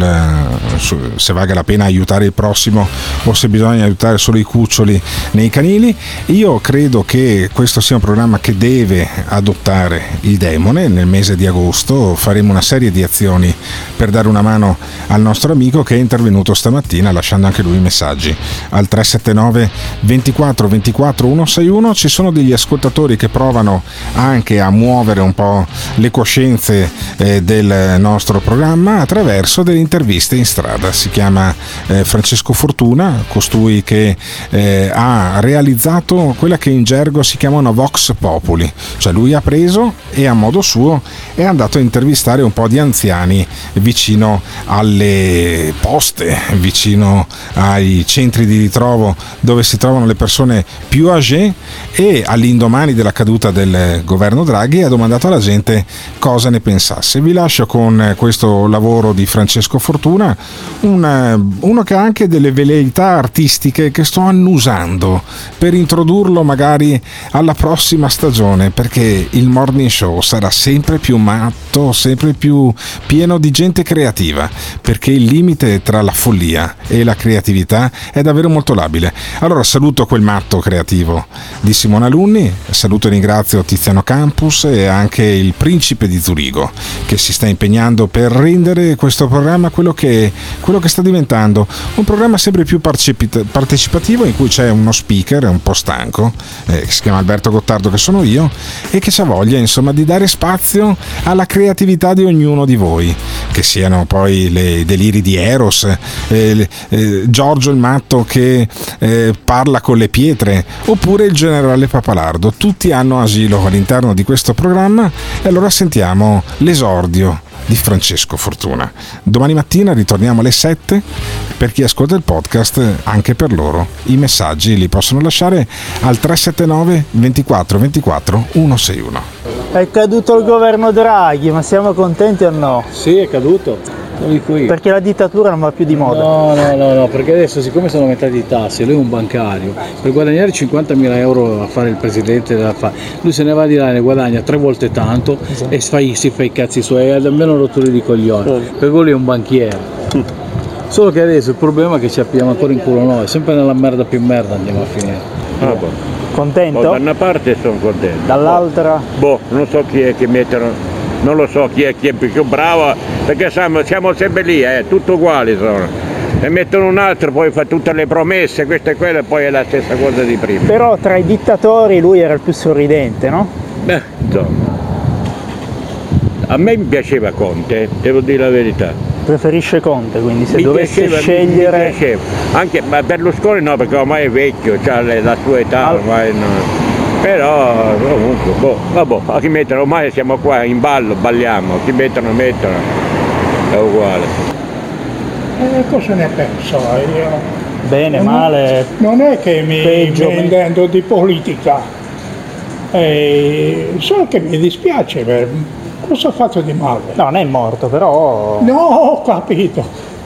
se valga la pena aiutare il prossimo o se bisogna aiutare solo i cuccioli nei canili. Io credo che questo sia un programma che deve adottare il demone. Nel mese di agosto faremo una serie di azioni per dare una mano al nostro amico che è intervenuto stamattina lasciando anche lui messaggi al 379 24 24 161. Ci sono degli ascoltatori che provano anche a muovere un po' le coscienze del nostro programma attraverso delle interviste in strada. Si chiama Francesco Fortuna, costui che ha realizzato quella che in gergo si chiama una Vox Populi, cioè lui ha preso e a modo suo è andato a intervistare un po' di anziani vicino alle poste, vicino ai centri di ritrovo dove si trovano le persone più âgée, e all'indomani della caduta del governo Draghi ha domandato alla gente cosa ne pensasse. Vi lascio con questo lavoro di Francesco Fortuna, uno che ha anche delle velleità artistiche che sto annusando per introdurlo magari alla prossima stagione, perché il Morning Show sarà sempre più matto, sempre più pieno di gente creativa, perché il limite tra la follia e la creatività è davvero molto labile. Allora saluto quel matto creativo di Simone Alunni, saluto e ringrazio Tiziano Campus e anche il principe di Zurigo che si sta impegnando per rendere questo programma quello che sta diventando, un programma sempre più partecipativo, in cui c'è uno speaker un po' stanco che si chiama Alberto Gottardo, che sono io, e che c'ha voglia insomma di dare spazio alla creatività di ognuno di voi, che siano poi le deliri di Eros, Giorgio il matto che parla con le pietre, oppure il generale Papalardo. Tutti hanno asilo all'interno di questo programma, e allora sentiamo l'esordio di Francesco Fortuna. Domani mattina ritorniamo alle 7. Per chi ascolta il podcast, anche per loro i messaggi li possono lasciare al 379 24 24 161. È caduto il governo Draghi, ma siamo contenti o no? Sì, è caduto, lo dico io. Perché la dittatura non va più di moda. No, perché adesso siccome sono aumentati i tassi, lui è un bancario, per guadagnare 50.000 euro a fare il presidente lui se ne va di là e ne guadagna 3 volte tanto, esatto. E si fa i cazzi suoi, almeno rotture di coglioni, perché lui è un banchiere. Solo che adesso il problema è che ci appiamo ancora in culo noi, sempre nella merda più merda andiamo a finire. Contento? Da una parte sono contento. Dall'altra? Non so chi è che mettono, non lo so chi è più bravo, perché siamo sempre lì, tutto uguali sono. E mettono un altro, poi fa tutte le promesse, questo e quello, e poi è la stessa cosa di prima. Però tra i dittatori lui era il più sorridente, no? Insomma. A me mi piaceva Conte, devo dire la verità. Preferisce Conte, quindi se dovesse scegliere... Mi piaceva. Anche ma Berlusconi no, perché ormai è vecchio, ha la sua età, ormai no. Però comunque, a chi mettono, ormai siamo qua in ballo, balliamo, chi mettono, è uguale. Cosa ne penso io? Bene, male? Non è che mi intendo di politica, so che mi dispiace cosa ha fatto di male? No, non è morto, però... No, ho capito.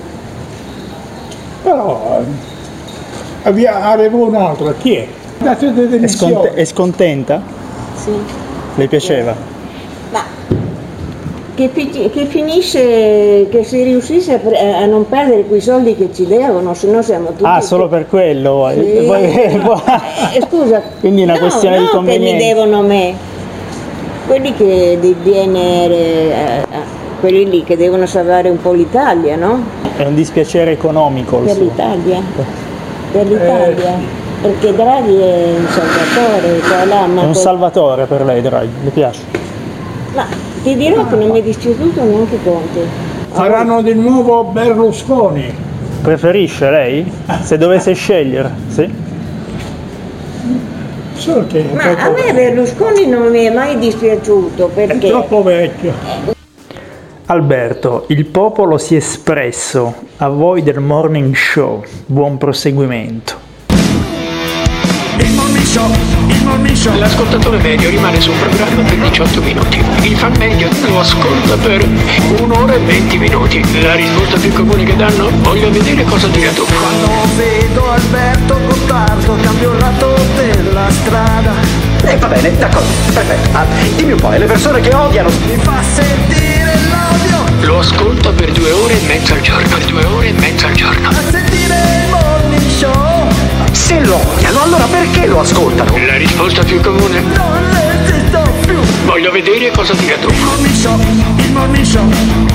Però avevo un'altra, chi è? Date delle dimissioni. È scontenta? Sì. Le piaceva? Ma che finisce, che si riuscisse a non perdere quei soldi che ci devono, se no siamo tutti... Ah, solo per quello? Sì. Scusa, quindi è una questione di convenienza. Che mi devono a me. Quelli che viene quelli lì che devono salvare un po' l'Italia, no? È un dispiacere economico per l'Italia. Perché Draghi è un salvatore, è un salvatore per lei Draghi, le piace? Ma ti dirò che non mi è dispiaciuto neanche Conte. Faranno di nuovo Berlusconi. Preferisce lei? Se dovesse scegliere, sì? Ma a me Berlusconi non mi è mai dispiaciuto perché... È troppo vecchio. Alberto, il popolo si è espresso, a voi del Morning Show, buon proseguimento. Il Morning Show. L'ascoltatore medio rimane sul programma per 18 minuti. Il fan medio lo ascolta per 1 ora e 20 minuti. La risposta più comune che danno: voglio vedere cosa dirà tu. Quando vedo Alberto Gottardo cambio il lato della strada. Va bene, d'accordo, perfetto. Dimmi un po', le persone che odiano mi fa sentire l'odio. Lo ascolta per 2 ore e mezza al giorno. A sentire il Morning Show. Se lo odiano, allora perché lo ascoltano? La risposta più comune: non esisto più. Voglio vedere cosa dirà tu. Il Morning Show.